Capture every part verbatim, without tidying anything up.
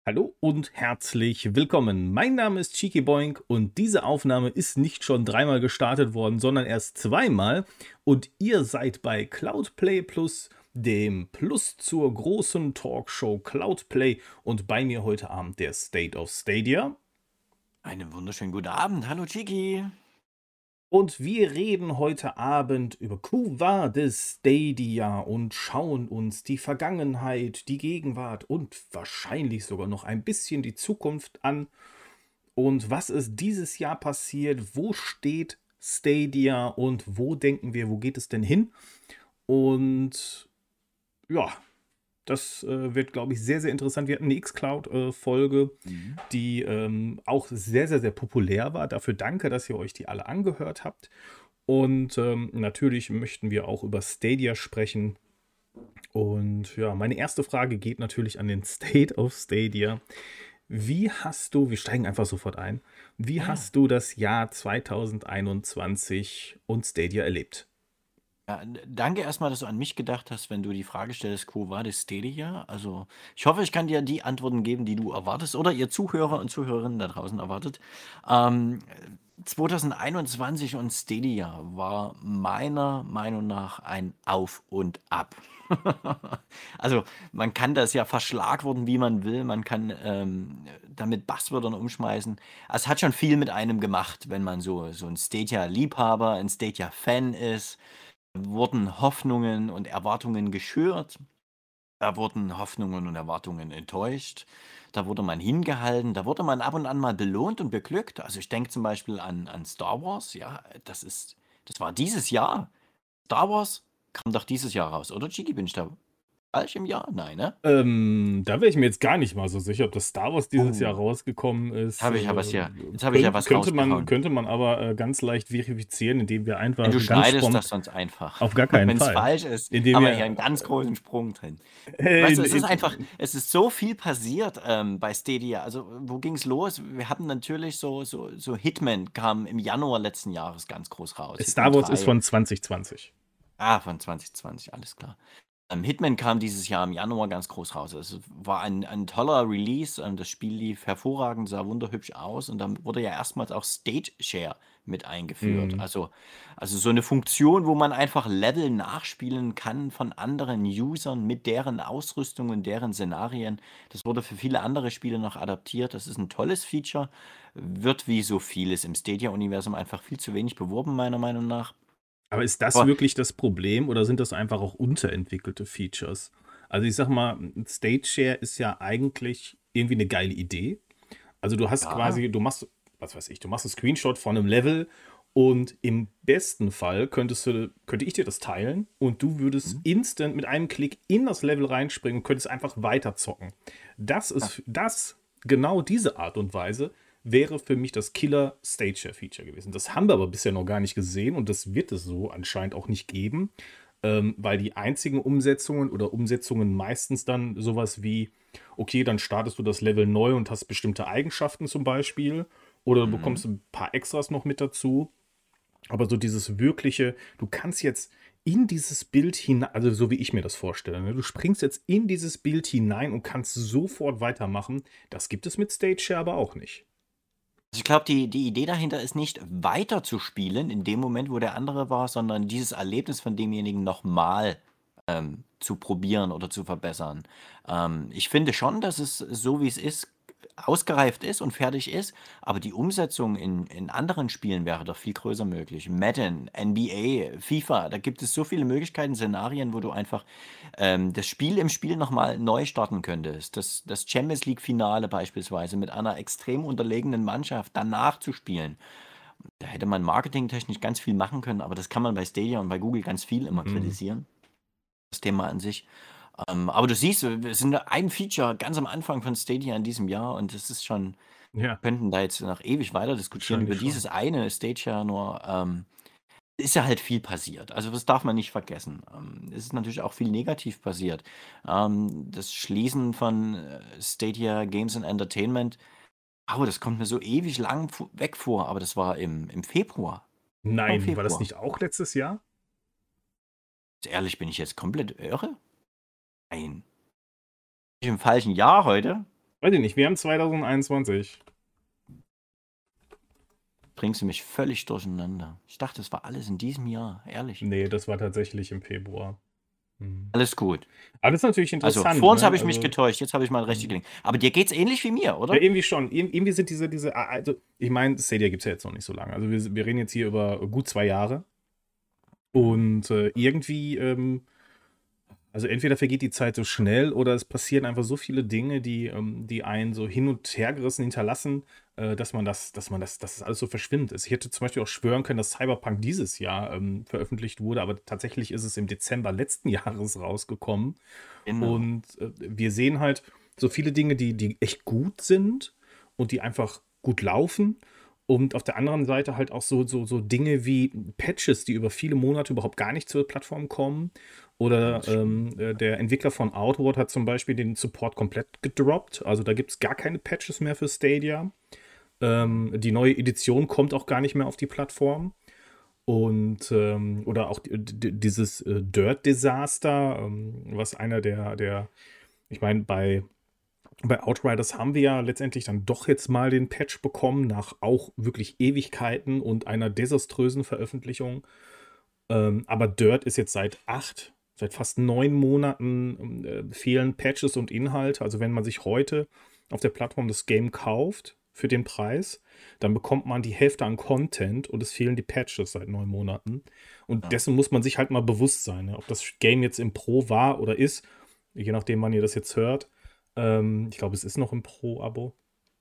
Hallo und herzlich willkommen. Mein Name ist Cheeky Boink und diese Aufnahme ist nicht schon dreimal gestartet worden, sondern erst zweimal. Und ihr seid bei Cloudplay Plus, dem Plus zur großen Talkshow Cloudplay. Und bei mir heute Abend der State of Stadia. Einen wunderschönen guten Abend. Hallo Chiki. Und wir reden heute Abend über Quo Vadis Stadia und schauen uns die Vergangenheit, die Gegenwart und wahrscheinlich sogar noch ein bisschen die Zukunft an. Und was ist dieses Jahr passiert? Wo steht Stadia und wo denken wir, wo geht es denn hin? Und ja, das äh, wird, glaube ich, sehr, sehr interessant. Wir hatten eine xCloud-Folge, Mhm. die ähm, auch sehr, sehr, sehr populär war. Dafür danke, dass ihr euch die alle angehört habt. Und ähm, natürlich möchten wir auch über Stadia sprechen. Und ja, meine erste Frage geht natürlich an den State of Stadia. Wie hast du, wir steigen einfach sofort ein, wie Ja, ja. hast du das Jahr zwanzig einundzwanzig und Stadia erlebt? Ja, d- danke erstmal, dass du an mich gedacht hast, wenn du die Frage stellst, Quo Vadis Stadia. Also, ich hoffe, ich kann dir die Antworten geben, die du erwartest oder ihr Zuhörer und Zuhörerinnen da draußen erwartet. Ähm, zwanzig einundzwanzig und Stadia war meiner Meinung nach ein Auf und Ab. Also, man kann das ja verschlagworten, wie man will. Man kann ähm, damit Buzzwörtern umschmeißen. Es hat schon viel mit einem gemacht, wenn man so, so ein Stadia-Liebhaber, ein Stadia-Fan ist. Wurden Hoffnungen und Erwartungen geschürt. Da wurden Hoffnungen und Erwartungen enttäuscht. Da wurde man hingehalten. Da wurde man ab und an mal belohnt und beglückt. Also ich denke zum Beispiel an, an Star Wars. Ja, das ist, das war dieses Jahr. Star Wars kam doch dieses Jahr raus, oder Chiki? Bin ich da falsch im Jahr? Nein, ne? Ähm, da wäre ich mir jetzt gar nicht mal so sicher, ob das Star Wars dieses Jahr Oh, rausgekommen jetzt ist. habe ich ja was Äh, hier. Jetzt habe ich ja könnt, was könnte man, rausgehauen. könnte man aber äh, ganz leicht verifizieren, indem wir Ja, einfach du ganz schneidest das spontan, sonst einfach. auf gar keinen Wenn es Fall, falsch ist, indem haben wir hier wir einen ganz großen Sprung drin. äh, Weißt du, in, es ist einfach, in, es ist so viel passiert ähm, bei Stadia. Also, wo ging's los? Wir hatten natürlich so, so, so Hitman kam im Januar letzten Jahres ganz groß raus. Star Hitman Wars ist drei. von zwanzig zwanzig. Ah, von zwanzig zwanzig, alles klar. Ähm, Hitman kam dieses Jahr im Januar ganz groß raus. Es war ein, ein toller Release. Ähm, das Spiel lief hervorragend, sah wunderhübsch aus und dann wurde ja erstmals auch Stage Share mit eingeführt. Hm. Also, also so eine Funktion, wo man einfach Level nachspielen kann von anderen Usern mit deren Ausrüstung und deren Szenarien. Das wurde für viele andere Spiele noch adaptiert. Das ist ein tolles Feature. Wird wie so vieles im Stadia-Universum einfach viel zu wenig beworben, meiner Meinung nach. Aber ist das Aber wirklich das Problem oder sind das einfach auch unterentwickelte Features? Also ich sag mal, Stage Share ist ja eigentlich irgendwie eine geile Idee. Also du hast ja. quasi, du machst, was weiß ich, du machst einen Screenshot von einem Level und im besten Fall könntest du, könnte ich dir das teilen und du würdest Hm? instant mit einem Klick in das Level reinspringen und könntest einfach weiter zocken. Das Ja. ist, das, genau diese Art und Weise wäre für mich das Killer Stage Share Feature gewesen. Das haben wir aber bisher noch gar nicht gesehen und das wird es so anscheinend auch nicht geben, ähm, weil die einzigen Umsetzungen oder Umsetzungen meistens dann sowas wie, okay, dann startest du das Level neu und hast bestimmte Eigenschaften zum Beispiel oder du Mhm. bekommst ein paar Extras noch mit dazu. Aber so dieses wirkliche, du kannst jetzt in dieses Bild hinein, also so wie ich mir das vorstelle, ne? Du springst jetzt in dieses Bild hinein und kannst sofort weitermachen. Das gibt es mit Stage Share aber auch nicht. Also, ich glaube, die die Idee dahinter ist nicht weiterzuspielen in dem Moment, wo der andere war, sondern dieses Erlebnis von demjenigen nochmal ähm, zu probieren oder zu verbessern. Ähm, ich finde schon, dass es so, wie es ist, ausgereift ist und fertig ist, aber die Umsetzung in in anderen Spielen wäre doch viel größer möglich. Madden, N B A, FIFA, da gibt es so viele Möglichkeiten, Szenarien, wo du einfach ähm, das Spiel im Spiel nochmal neu starten könntest. Das, das Champions League-Finale beispielsweise mit einer extrem unterlegenen Mannschaft danach zu spielen. Da hätte man marketingtechnisch ganz viel machen können, aber das kann man bei Stadia und bei Google ganz viel immer Mhm. kritisieren, das Thema an sich. Ähm, aber du siehst, wir sind ein Feature ganz am Anfang von Stadia in diesem Jahr und das ist schon, Ja, wir könnten da jetzt noch ewig weiter diskutieren über wahrscheinlich schon. dieses eine Stadia nur. Ähm, ist ja halt viel passiert. Also das darf man nicht vergessen. Ähm, es ist natürlich auch viel negativ passiert. Ähm, das Schließen von äh, Stadia Games and Entertainment, oh, das kommt mir so ewig lang fu- weg vor, aber das war im, im Februar. War Im Nein, war das Februar. nicht auch letztes Jahr? Ehrlich, bin ich jetzt komplett irre? Nein. Bin ich im falschen Jahr heute? Weiß ich nicht, wir haben zwanzig einundzwanzig. Bringst du mich völlig durcheinander. Ich dachte, das war alles in diesem Jahr, ehrlich. Nee, das war tatsächlich im Februar. Mhm. Alles gut. Aber das ist natürlich Also, interessant, vor uns ne? habe ich mich Also, getäuscht, jetzt habe ich mal recht mhm. gelegen. Aber dir geht's ähnlich wie mir, Ja, oder? irgendwie schon. Ir irgendwie sind diese, diese, a- also, ich meine, Stadia gibt es ja jetzt noch nicht so lange. Also, wir, wir reden jetzt hier über gut zwei Jahre. Mhm. Und äh, irgendwie, ähm, also entweder vergeht die Zeit so schnell oder es passieren einfach so viele Dinge, die, ähm, die einen so hin und her gerissen hinterlassen, äh, dass man das, dass man das, dass das alles so verschwimmt ist. Ich hätte zum Beispiel auch schwören können, dass Cyberpunk dieses Jahr ähm, veröffentlicht wurde, aber tatsächlich ist es im Dezember letzten Jahres rausgekommen. Genau. Und äh, wir sehen halt so viele Dinge, die, die echt gut sind und die einfach gut laufen. Und auf der anderen Seite halt auch so, so, so Dinge wie Patches, die über viele Monate überhaupt gar nicht zur Plattform kommen. Ja, Oder das stimmt. ähm, äh, der Entwickler von Outward hat zum Beispiel den Support komplett gedroppt. Also da gibt es gar keine Patches mehr für Stadia. Mhm. Ähm, die neue Edition kommt auch gar nicht mehr auf die Plattform. Und ähm, oder auch die- die- dieses äh, Dirt-Desaster, ähm, was einer der, der, ich meine, bei, bei Outriders haben wir ja letztendlich dann doch jetzt mal den Patch bekommen, nach auch wirklich Ewigkeiten und einer desaströsen Veröffentlichung. Ähm, aber Dirt ist jetzt seit acht, seit fast neun Monaten äh, fehlen Patches und Inhalte. Also wenn man sich heute auf der Plattform das Game kauft für den Preis, dann bekommt man die Hälfte an Content und es fehlen die Patches seit neun Monaten. Und Ja. dessen muss man sich halt mal bewusst sein, ne? Ob das Game jetzt im Pro war oder ist, je nachdem, wann ihr das jetzt hört. Ähm, ich glaube, es ist noch im Pro-Abo.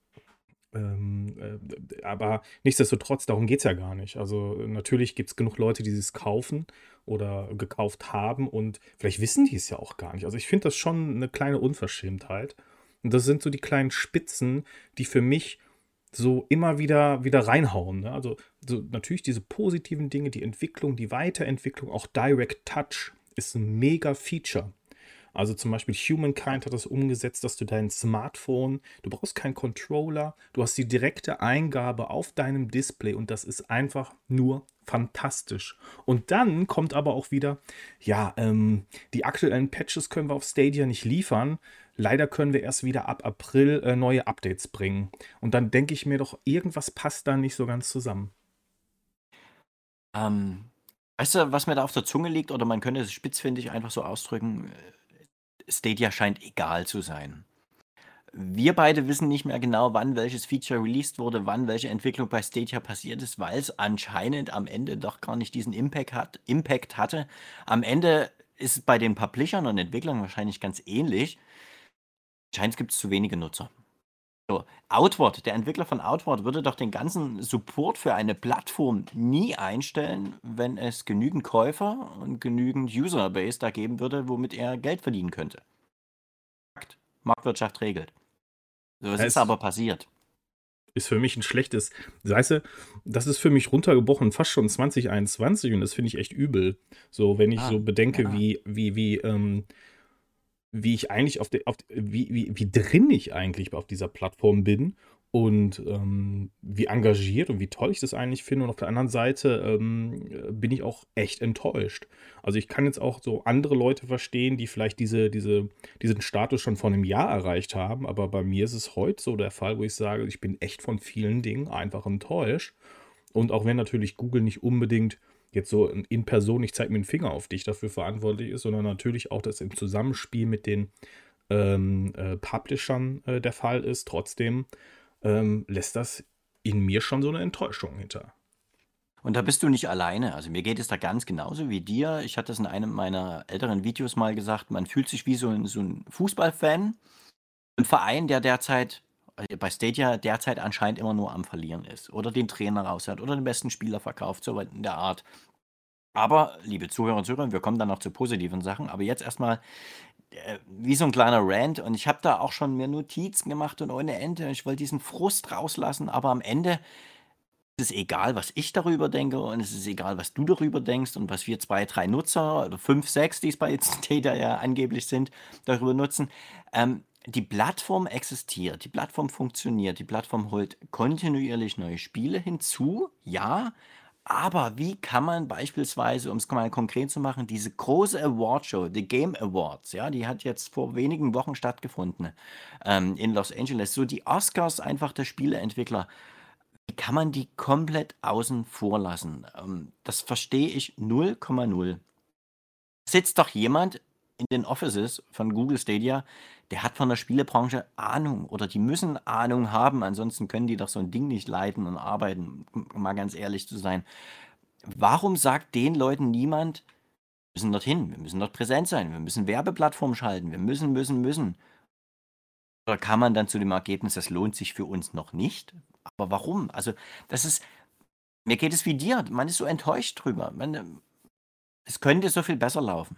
Ähm, äh, aber nichtsdestotrotz, darum geht es ja gar nicht. Also natürlich gibt es genug Leute, die es kaufen oder gekauft haben und vielleicht wissen die es ja auch gar nicht. Also ich finde das schon eine kleine Unverschämtheit. Und das sind so die kleinen Spitzen, die für mich so immer wieder, wieder reinhauen. Ne? Also so natürlich diese positiven Dinge, die Entwicklung, die Weiterentwicklung, auch Direct Touch ist ein mega Feature. Also zum Beispiel Humankind hat das umgesetzt, dass du dein Smartphone, du brauchst keinen Controller, du hast die direkte Eingabe auf deinem Display und das ist einfach nur fantastisch. Und dann kommt aber auch wieder, ja, ähm, die aktuellen Patches können wir auf Stadia nicht liefern. Leider können wir erst wieder ab April äh, neue Updates bringen. Und dann denke ich mir doch, irgendwas passt da nicht so ganz zusammen. Ähm, weißt du, was mir da auf der Zunge liegt, oder man könnte es spitzfindig einfach so ausdrücken, äh, Stadia scheint egal zu sein. Wir beide wissen nicht mehr genau, wann welches Feature released wurde, wann welche Entwicklung bei Stadia passiert ist, weil es anscheinend am Ende doch gar nicht diesen Impact hat Impact hatte. Am Ende ist es bei den Publishern und Entwicklern wahrscheinlich ganz ähnlich. Anscheinend gibt es zu wenige Nutzer. So, Outward, der Entwickler von Outward würde doch den ganzen Support für eine Plattform nie einstellen, wenn es genügend Käufer und genügend Userbase da geben würde, womit er Geld verdienen könnte. Fakt. Marktwirtschaft regelt. So, es Ja, ist es aber passiert. ist für mich ein schlechtes, weißt du, das ist für mich runtergebrochen fast schon zwanzig einundzwanzig und das finde ich echt übel. So, wenn ich Ah, so bedenke, ja. wie, wie, wie, ähm, wie ich eigentlich auf der, auf, wie, wie, wie drin ich eigentlich auf dieser Plattform bin und ähm, wie engagiert und wie toll ich das eigentlich finde. Und auf der anderen Seite ähm, bin ich auch echt enttäuscht. Also ich kann jetzt auch so andere Leute verstehen, die vielleicht diese, diese, diesen Status schon vor einem Jahr erreicht haben, aber bei mir ist es heute so der Fall, wo ich sage, ich bin echt von vielen Dingen einfach enttäuscht. Und auch wenn natürlich Google nicht unbedingt jetzt so in Person, ich zeige mir den Finger auf dich, dafür verantwortlich ist, sondern natürlich auch das im Zusammenspiel mit den ähm, äh, Publishern äh, der Fall ist. Trotzdem ähm, lässt das in mir schon so eine Enttäuschung hinter. Und da bist du nicht alleine. Also mir geht es da ganz genauso wie dir. Ich hatte es in einem meiner älteren Videos mal gesagt, man fühlt sich wie so ein, so ein Fußballfan. Ein Verein, der derzeit äh, bei Stadia derzeit anscheinend immer nur am Verlieren ist. Oder den Trainer raus hat oder den besten Spieler verkauft, so in der Art. Aber, liebe Zuhörer und Zuhörer, wir kommen dann noch zu positiven Sachen. Aber jetzt erstmal äh, wie so ein kleiner Rant. Und ich habe da auch schon mir Notizen gemacht und ohne Ende. Ich wollte diesen Frust rauslassen, aber am Ende ist es egal, was ich darüber denke und es ist egal, was du darüber denkst und was wir zwei, drei Nutzer oder fünf, sechs, die es bei Stadia ja angeblich sind, darüber nutzen. Ähm, die Plattform existiert, die Plattform funktioniert, die Plattform holt kontinuierlich neue Spiele hinzu, ja, Aber wie kann man beispielsweise, um es mal konkret zu machen, diese große Awardshow, die Game Awards, ja, die hat jetzt vor wenigen Wochen stattgefunden, ähm, in Los Angeles, so die Oscars einfach der Spieleentwickler, wie kann man die komplett außen vor lassen? Ähm, das verstehe ich null Komma null. Sitzt doch jemand in den Offices von Google Stadia, der hat von der Spielebranche Ahnung oder die müssen Ahnung haben, ansonsten können die doch so ein Ding nicht leiten und arbeiten, um mal ganz ehrlich zu sein. Warum sagt den Leuten niemand, wir müssen dorthin, wir müssen dort präsent sein, wir müssen Werbeplattformen schalten, wir müssen, müssen, müssen. Oder kann man dann zu dem Ergebnis, das lohnt sich für uns noch nicht? Aber warum? Also, das ist, mir geht es wie dir, man ist so enttäuscht drüber. Man, äh, es könnte so viel besser laufen.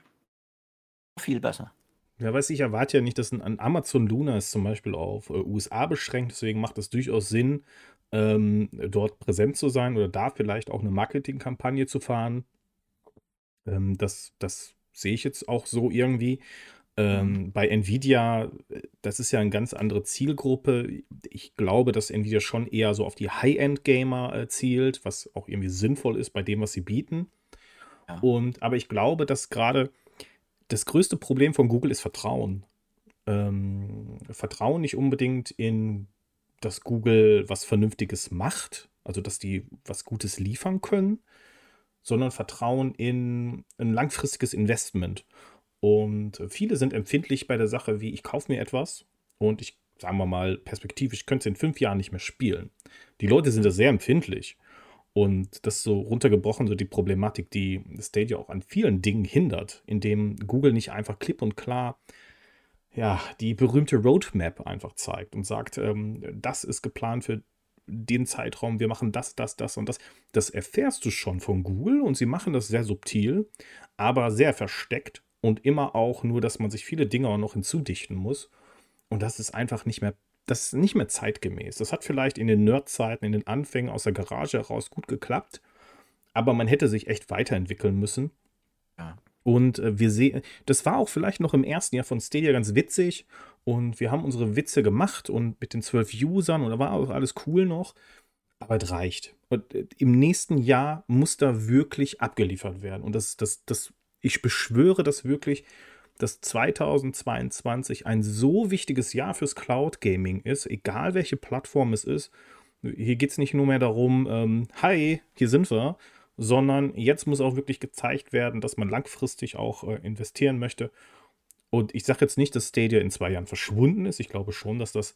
Viel besser. Ja, weiß ich, erwarte ja nicht, dass ein, ein Amazon Luna ist zum Beispiel auf äh, U S A beschränkt, deswegen macht es durchaus Sinn, ähm, dort präsent zu sein oder da vielleicht auch eine Marketingkampagne zu fahren. Ähm, das, das sehe ich jetzt auch so irgendwie. Mhm. Ähm, bei Nvidia, äh, das ist ja eine ganz andere Zielgruppe. Ich glaube, dass Nvidia schon eher so auf die High-End-Gamer äh, zielt, was auch irgendwie sinnvoll ist bei dem, was sie bieten. Ja. Und aber ich glaube, dass gerade das größte Problem von Google ist Vertrauen. Ähm, Vertrauen nicht unbedingt in, dass Google was Vernünftiges macht, also dass die was Gutes liefern können, sondern Vertrauen in ein langfristiges Investment. Und viele sind empfindlich bei der Sache, wie ich kaufe mir etwas und ich, sagen wir mal, perspektivisch könnte es in fünf Jahren nicht mehr spielen. Die Leute sind da sehr empfindlich. Und das ist so runtergebrochen, so die Problematik, die Stadia auch an vielen Dingen hindert, indem Google nicht einfach klipp und klar, ja, die berühmte Roadmap einfach zeigt und sagt, ähm, das ist geplant für den Zeitraum, wir machen das, das, das und das. Das erfährst du schon von Google und sie machen das sehr subtil, aber sehr versteckt und immer auch nur, dass man sich viele Dinge auch noch hinzudichten muss. Und das ist einfach nicht mehr, das ist nicht mehr zeitgemäß. Das hat vielleicht in den Nerd-Zeiten, in den Anfängen aus der Garage heraus gut geklappt, aber man hätte sich echt weiterentwickeln müssen. Ja. Und äh, wir sehen, das war auch vielleicht noch im ersten Jahr von Stadia ganz witzig. Und wir haben unsere Witze gemacht und mit den zwölf Usern und da war auch alles cool noch. Aber es reicht. Und äh, im nächsten Jahr muss da wirklich abgeliefert werden. Und das, das, das, ich beschwöre das wirklich, dass zweitausendzweiundzwanzig ein so wichtiges Jahr fürs Cloud Gaming ist, egal welche Plattform es ist. Hier geht es nicht nur mehr darum, ähm, hi, hier sind wir, sondern jetzt muss auch wirklich gezeigt werden, dass man langfristig auch äh, investieren möchte. Und ich sage jetzt nicht, dass Stadia in zwei Jahren verschwunden ist. Ich glaube schon, dass das,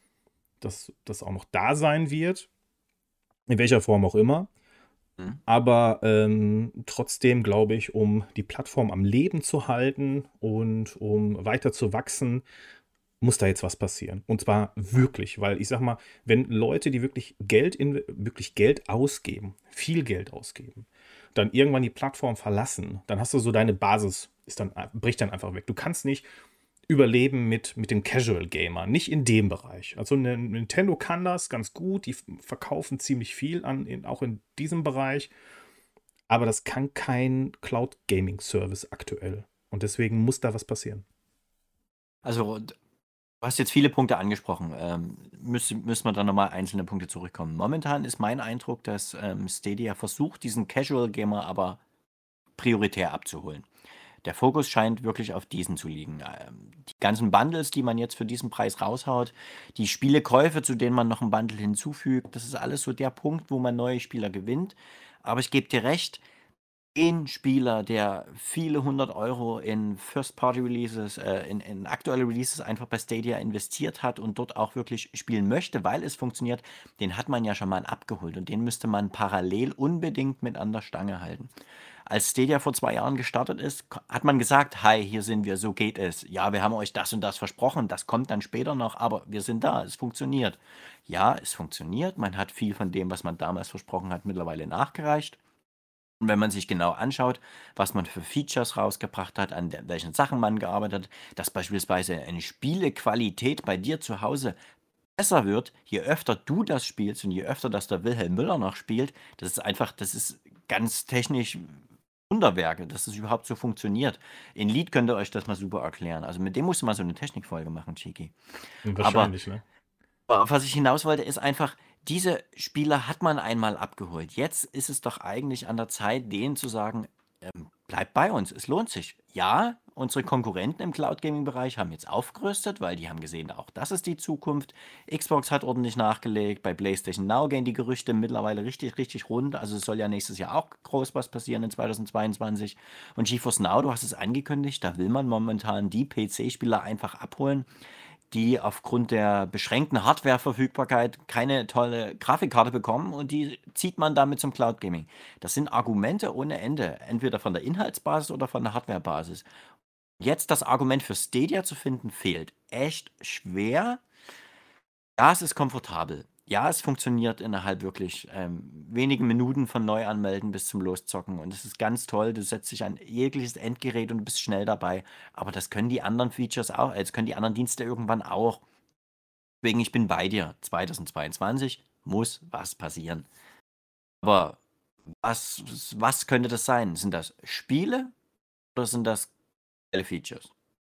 dass das auch noch da sein wird. In welcher Form auch immer. Mhm. Aber ähm, trotzdem glaube ich, um die Plattform am Leben zu halten und um weiter zu wachsen, muss da jetzt was passieren. Und zwar wirklich, weil ich sag mal, wenn Leute, die wirklich Geld, in, wirklich Geld ausgeben, viel Geld ausgeben, dann irgendwann die Plattform verlassen, dann hast du so deine Basis, ist dann, bricht dann einfach weg. Du kannst nicht überleben mit, mit dem Casual Gamer, nicht in dem Bereich. Also ne, Nintendo kann das ganz gut, die verkaufen ziemlich viel an, in, auch in diesem Bereich, aber das kann kein Cloud Gaming Service aktuell. Und deswegen muss da was passieren. Also, d- du hast jetzt viele Punkte angesprochen. Ähm, müssen, müssen wir dann nochmal einzelne Punkte zurückkommen. Momentan ist mein Eindruck, dass ähm, Stadia versucht, diesen Casual Gamer aber prioritär abzuholen. Der Fokus scheint wirklich auf diesen zu liegen. Ähm, die ganzen Bundles, die man jetzt für diesen Preis raushaut, die Spielekäufe, zu denen man noch ein Bundle hinzufügt, das ist alles so der Punkt, wo man neue Spieler gewinnt. Aber ich gebe dir recht, ein Spieler, der viele hundert Euro in First-Party-Releases, äh, in, in aktuelle Releases einfach bei Stadia investiert hat und dort auch wirklich spielen möchte, weil es funktioniert, den hat man ja schon mal abgeholt und den müsste man parallel unbedingt mit an der Stange halten. Als Stadia vor zwei Jahren gestartet ist, ko- hat man gesagt, hi, hier sind wir, so geht es. Ja, wir haben euch das und das versprochen, das kommt dann später noch, aber wir sind da, es funktioniert. Ja, es funktioniert, man hat viel von dem, was man damals versprochen hat, mittlerweile nachgereicht. Und wenn man sich genau anschaut, was man für Features rausgebracht hat, an der, welchen Sachen man gearbeitet hat, dass beispielsweise eine Spielequalität bei dir zu Hause besser wird, je öfter du das spielst und je öfter das der Wilhelm Müller noch spielt, das ist einfach, das ist ganz technisch Wunderwerke, dass das überhaupt so funktioniert. In Lied könnt ihr euch das mal super erklären. Also mit dem musst du mal so eine Technikfolge machen, Chiki. Aber Wahrscheinlich, ne? aber auf was ich hinaus wollte, ist einfach, diese Spieler hat man einmal abgeholt. Jetzt ist es doch eigentlich an der Zeit, denen zu sagen, ähm, bleibt bei uns, es lohnt sich. Ja, unsere Konkurrenten im Cloud Gaming Bereich haben jetzt aufgerüstet, weil die haben gesehen, auch das ist die Zukunft. Xbox hat ordentlich nachgelegt, bei PlayStation Now gehen die Gerüchte mittlerweile richtig, richtig rund. Also es soll ja nächstes Jahr auch groß was passieren in zweitausendzweiundzwanzig. Und GeForce Now, du hast es angekündigt, da will man momentan die P C-Spieler einfach abholen, die aufgrund der beschränkten Hardwareverfügbarkeit keine tolle Grafikkarte bekommen, und die zieht man damit zum Cloud Gaming. Das sind Argumente ohne Ende, entweder von der Inhaltsbasis oder von der Hardwarebasis. Jetzt das Argument für Stadia zu finden, fehlt echt schwer. Ja, es ist komfortabel. Ja, es funktioniert innerhalb wirklich ähm, wenigen Minuten von Neuanmelden bis zum Loszocken. Und es ist ganz toll. Du setzt dich an jegliches Endgerät und du bist schnell dabei. Aber das können die anderen Features auch, äh, das können die anderen Dienste irgendwann auch. Deswegen, ich bin bei dir. zweitausendzweiundzwanzig muss was passieren. Aber was, was könnte das sein? Sind das Spiele oder sind das geile Features?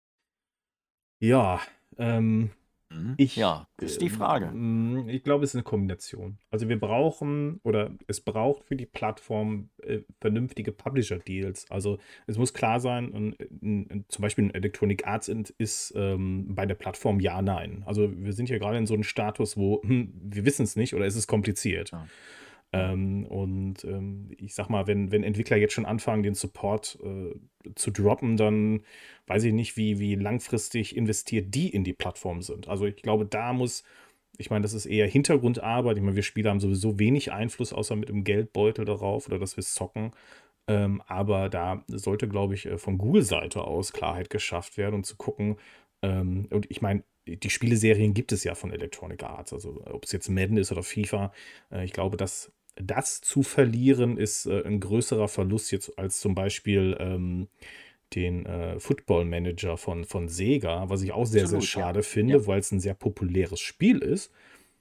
Ja, ähm, Mhm. ich, Ja, das ist die Frage. ähm, ich glaube, es ist eine Kombination. Also wir brauchen oder es braucht für die Plattform äh, vernünftige Publisher-Deals. Also es muss klar sein, ein, ein, ein, zum Beispiel ein Electronic Arts ist ähm, bei der Plattform ja, nein. Also wir sind hier gerade in so einem Status, wo hm, wir wissen es nicht oder es ist kompliziert. Ja. Ähm, und ähm, ich sag mal, wenn, wenn Entwickler jetzt schon anfangen, den Support äh, zu droppen, dann weiß ich nicht, wie, wie langfristig investiert die in die Plattform sind. Also ich glaube, da muss, ich meine, das ist eher Hintergrundarbeit. Ich meine, wir Spieler haben sowieso wenig Einfluss, außer mit dem Geldbeutel darauf oder dass wir es zocken. Ähm, aber da sollte, glaube ich, äh, von Google-Seite aus Klarheit geschafft werden und zu gucken. Ähm, und ich meine, die Spieleserien gibt es ja von Electronic Arts. Also ob es jetzt Madden ist oder FIFA. Äh, ich glaube, dass das zu verlieren ist äh, ein größerer Verlust jetzt als zum Beispiel ähm, den äh, Football Manager von, von Sega, was ich auch sehr, sehr Absolut, ja. schade Ja. finde, weil es ein sehr populäres Spiel ist.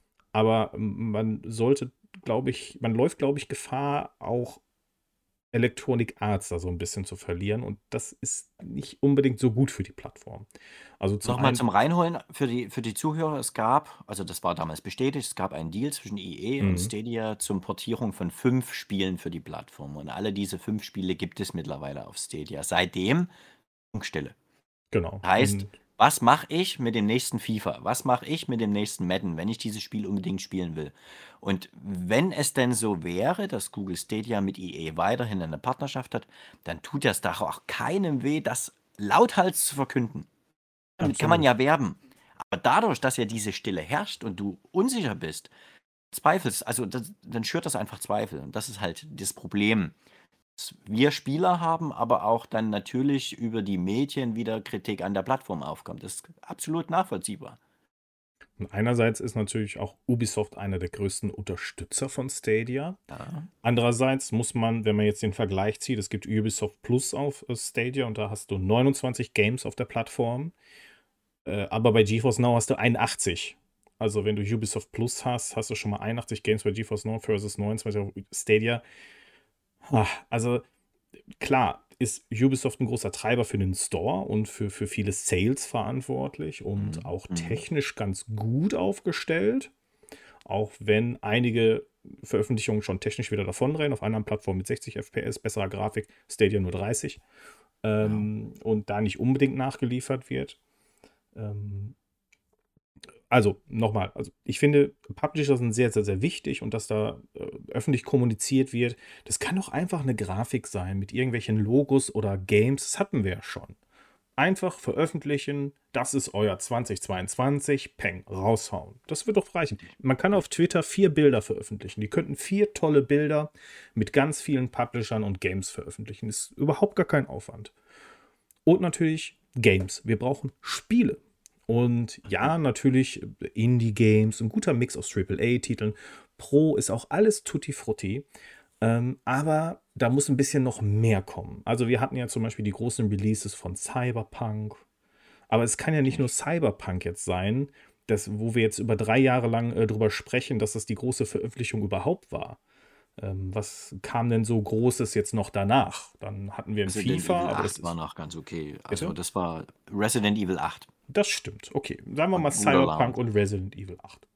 Aber ähm, man sollte, glaube ich, man läuft, glaube ich, Gefahr, auch Electronic Arts da so ein bisschen zu verlieren. Und das ist nicht unbedingt so gut für die Plattform. Also zum Nochmal einen, zum Reinholen für die, für die Zuhörer. Es gab, also das war damals bestätigt, es gab einen Deal zwischen E A und Mhm. Stadia zum Portierung von fünf Spielen für die Plattform. Und alle diese fünf Spiele gibt es mittlerweile auf Stadia. Seitdem Funkstille. Genau. Heißt, Und was mache ich mit dem nächsten FIFA? Was mache ich mit dem nächsten Madden, wenn ich dieses Spiel unbedingt spielen will? Und wenn es denn so wäre, dass Google Stadia mit E A weiterhin eine Partnerschaft hat, dann tut das doch auch keinem weh, das lauthals zu verkünden. Damit kann man absolut. ja werben. Aber dadurch, dass ja diese Stille herrscht und du unsicher bist, zweifelst, also das, dann schürt das einfach Zweifel. Und das ist halt das Problem, dass wir Spieler haben, aber auch dann natürlich über die Medien wieder Kritik an der Plattform aufkommt. Das ist absolut nachvollziehbar. Und einerseits ist natürlich auch Ubisoft einer der größten Unterstützer von Stadia. Ja. Andererseits muss man, wenn man jetzt den Vergleich zieht, es gibt Ubisoft Plus auf äh, Stadia und da hast du neunundzwanzig Games auf der Plattform. Äh, aber bei GeForce Now hast du einundachtzig. Also wenn du Ubisoft Plus hast, hast du schon mal einundachtzig Games bei GeForce Now versus neunundzwanzig auf Stadia. Ah, Also klar, ist Ubisoft ein großer Treiber für den Store und für, für viele Sales verantwortlich und Mhm. auch Mhm. technisch ganz gut aufgestellt. Auch wenn einige Veröffentlichungen schon technisch wieder davonrennen, auf anderen Plattformen mit sechzig F P S, besserer Grafik, Stadia nur dreißig Ja. ähm, und da nicht unbedingt nachgeliefert wird. Ähm, also nochmal, also ich finde, Publisher sind sehr, sehr, sehr wichtig und dass da äh, öffentlich kommuniziert wird. Das kann doch einfach eine Grafik sein mit irgendwelchen Logos oder Games. Das hatten wir ja schon. Einfach veröffentlichen, das ist euer zweitausendzweiundzwanzig, peng, raushauen. Das wird doch reichen. Man kann auf Twitter vier Bilder veröffentlichen. Die könnten vier tolle Bilder mit ganz vielen Publishern und Games veröffentlichen. Ist überhaupt gar kein Aufwand. Und natürlich Games. Wir brauchen Spiele. Und ja, natürlich Indie-Games, ein guter Mix aus Triple A-Titeln. Pro ist auch alles tutti frutti. Ähm, aber da muss ein bisschen noch mehr kommen. Also wir hatten ja zum Beispiel die großen Releases von Cyberpunk. Aber es kann ja nicht nur Cyberpunk jetzt sein, das, wo wir jetzt über drei Jahre lang äh, drüber sprechen, dass das die große Veröffentlichung überhaupt war. Ähm, was kam denn so Großes jetzt noch danach? Dann hatten wir ein Resident FIFA, Evil aber das acht war ist. noch ganz okay. Also Bitte? das war Resident Evil acht Das stimmt. Okay, sagen wir mal und Guter Cyberpunk Laune. und Resident Evil acht.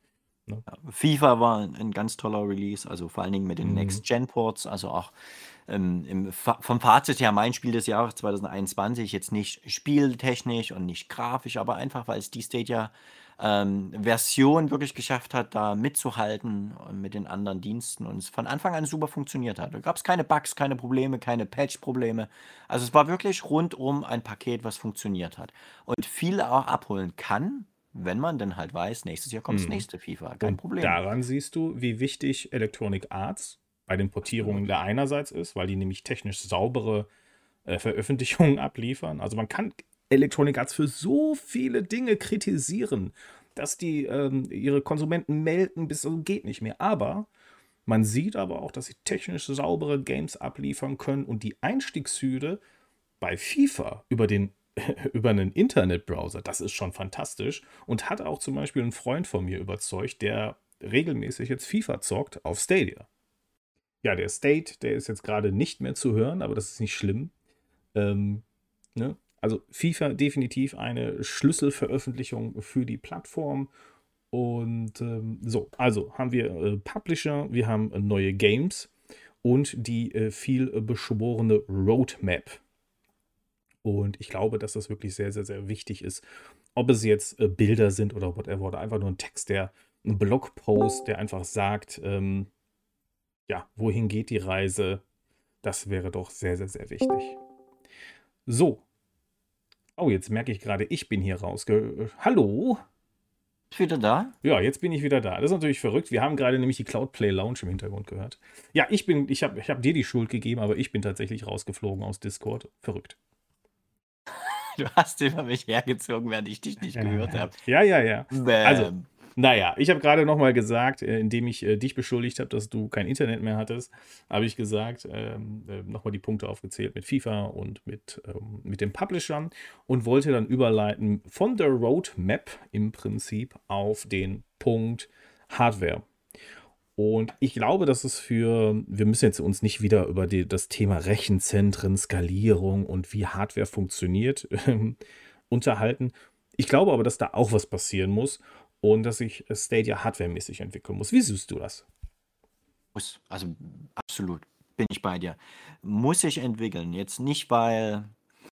Ne? FIFA war ein, ein ganz toller Release, also vor allen Dingen mit den Mhm. Next-Gen-Ports, also auch ähm, im, Fa- vom Fazit her mein Spiel des Jahres zwanzig einundzwanzig, jetzt nicht spieltechnisch und nicht grafisch, aber einfach, weil es die Stadia ähm, Version wirklich geschafft hat, da mitzuhalten und mit den anderen Diensten und es von Anfang an super funktioniert hat. Da gab es keine Bugs, keine Probleme, keine Patch-Probleme. Also es war wirklich rundum ein Paket, was funktioniert hat und viel auch abholen kann, wenn man dann halt weiß, nächstes Jahr kommt das Mhm. nächste FIFA, kein Und Problem. daran siehst du, wie wichtig Electronic Arts bei den Portierungen Absolut. da einerseits ist, weil die nämlich technisch saubere äh, Veröffentlichungen abliefern. Also man kann Electronic Arts für so viele Dinge kritisieren, dass die ähm, ihre Konsumenten melden, bis so geht nicht mehr. Aber man sieht aber auch, dass sie technisch saubere Games abliefern können und die Einstiegshürde bei FIFA über den über einen Internetbrowser, das ist schon fantastisch und hat auch zum Beispiel einen Freund von mir überzeugt, der regelmäßig jetzt FIFA zockt auf Stadia. Ja, der State, der ist jetzt gerade nicht mehr zu hören, aber das ist nicht schlimm. Ähm, ne? Also FIFA definitiv eine Schlüsselveröffentlichung für die Plattform. Und ähm, so, also haben wir äh, Publisher, wir haben äh, neue Games und die äh, viel äh, beschworene Roadmap. Und ich glaube, dass das wirklich sehr, sehr, sehr wichtig ist. Ob es jetzt äh, Bilder sind oder whatever, oder einfach nur ein Text, der, ein Blogpost, der einfach sagt, ähm, ja, wohin geht die Reise, das wäre doch sehr, sehr, sehr wichtig. So. Oh, jetzt merke ich gerade, ich bin hier rausge... Hallo? Ist wieder da? Ja, jetzt bin ich wieder da. Das ist natürlich verrückt. Wir haben gerade nämlich die Cloud Play Lounge im Hintergrund gehört. Ja, ich bin, ich habe ich hab dir die Schuld gegeben, aber ich bin tatsächlich rausgeflogen aus Discord. Verrückt. Du hast über mich hergezogen, während ich dich nicht gehört habe. Ja, ja, ja. Also, Bäm. naja, ich habe gerade nochmal gesagt, äh, indem ich äh, dich beschuldigt habe, dass du kein Internet mehr hattest, habe ich gesagt, ähm, äh, nochmal die Punkte aufgezählt mit FIFA und mit, ähm, mit den Publishern und wollte dann überleiten von der Roadmap im Prinzip auf den Punkt Hardware. Und ich glaube, dass es für, wir müssen jetzt uns nicht wieder über die, das Thema Rechenzentren, Skalierung und wie Hardware funktioniert ähm, unterhalten. Ich glaube aber, dass da auch was passieren muss und dass sich Stadia hardwaremäßig entwickeln muss. Wie siehst du das? Muss, also absolut, bin ich bei dir. Muss sich entwickeln. Jetzt nicht, weil.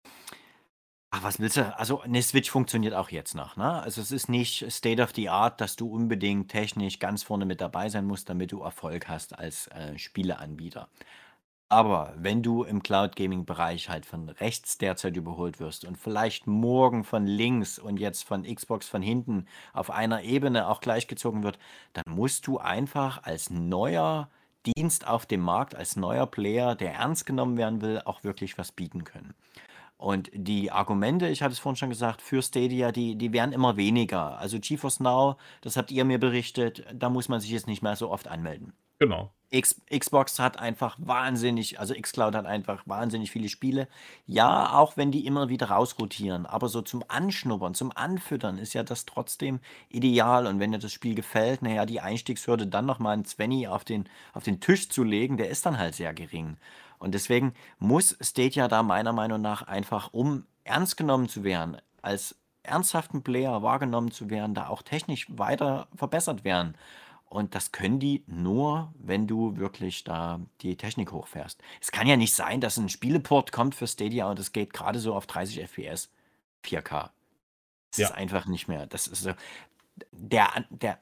Ach, was willst du? Also, eine Switch funktioniert auch jetzt noch, ne? Also, es ist nicht State of the Art, dass du unbedingt technisch ganz vorne mit dabei sein musst, damit du Erfolg hast als äh, Spieleanbieter. Aber wenn du im Cloud-Gaming-Bereich halt von rechts derzeit überholt wirst und vielleicht morgen von links und jetzt von Xbox von hinten auf einer Ebene auch gleichgezogen wird, dann musst du einfach als neuer Dienst auf dem Markt, als neuer Player, der ernst genommen werden will, auch wirklich was bieten können. Und die Argumente, ich hatte es vorhin schon gesagt, für Stadia, die, die werden immer weniger. Also GeForce Now, das habt ihr mir berichtet, da muss man sich jetzt nicht mehr so oft anmelden. Genau. X, Xbox hat einfach wahnsinnig, also xCloud hat einfach wahnsinnig viele Spiele. Ja, auch wenn die immer wieder rausrotieren, aber so zum Anschnuppern, zum Anfüttern ist ja das trotzdem ideal. Und wenn dir das Spiel gefällt, naja, die Einstiegshürde dann nochmal einen Zwenni auf den, auf den Tisch zu legen, der ist dann halt sehr gering. Und deswegen muss Stadia da meiner Meinung nach einfach, um ernst genommen zu werden, als ernsthaften Player wahrgenommen zu werden, da auch technisch weiter verbessert werden. Und das können die nur, wenn du wirklich da die Technik hochfährst. Es kann ja nicht sein, dass ein Spieleport kommt für Stadia und es geht gerade so auf dreißig F P S, vier K. Das ist Ja. einfach nicht mehr. Das ist so, der, der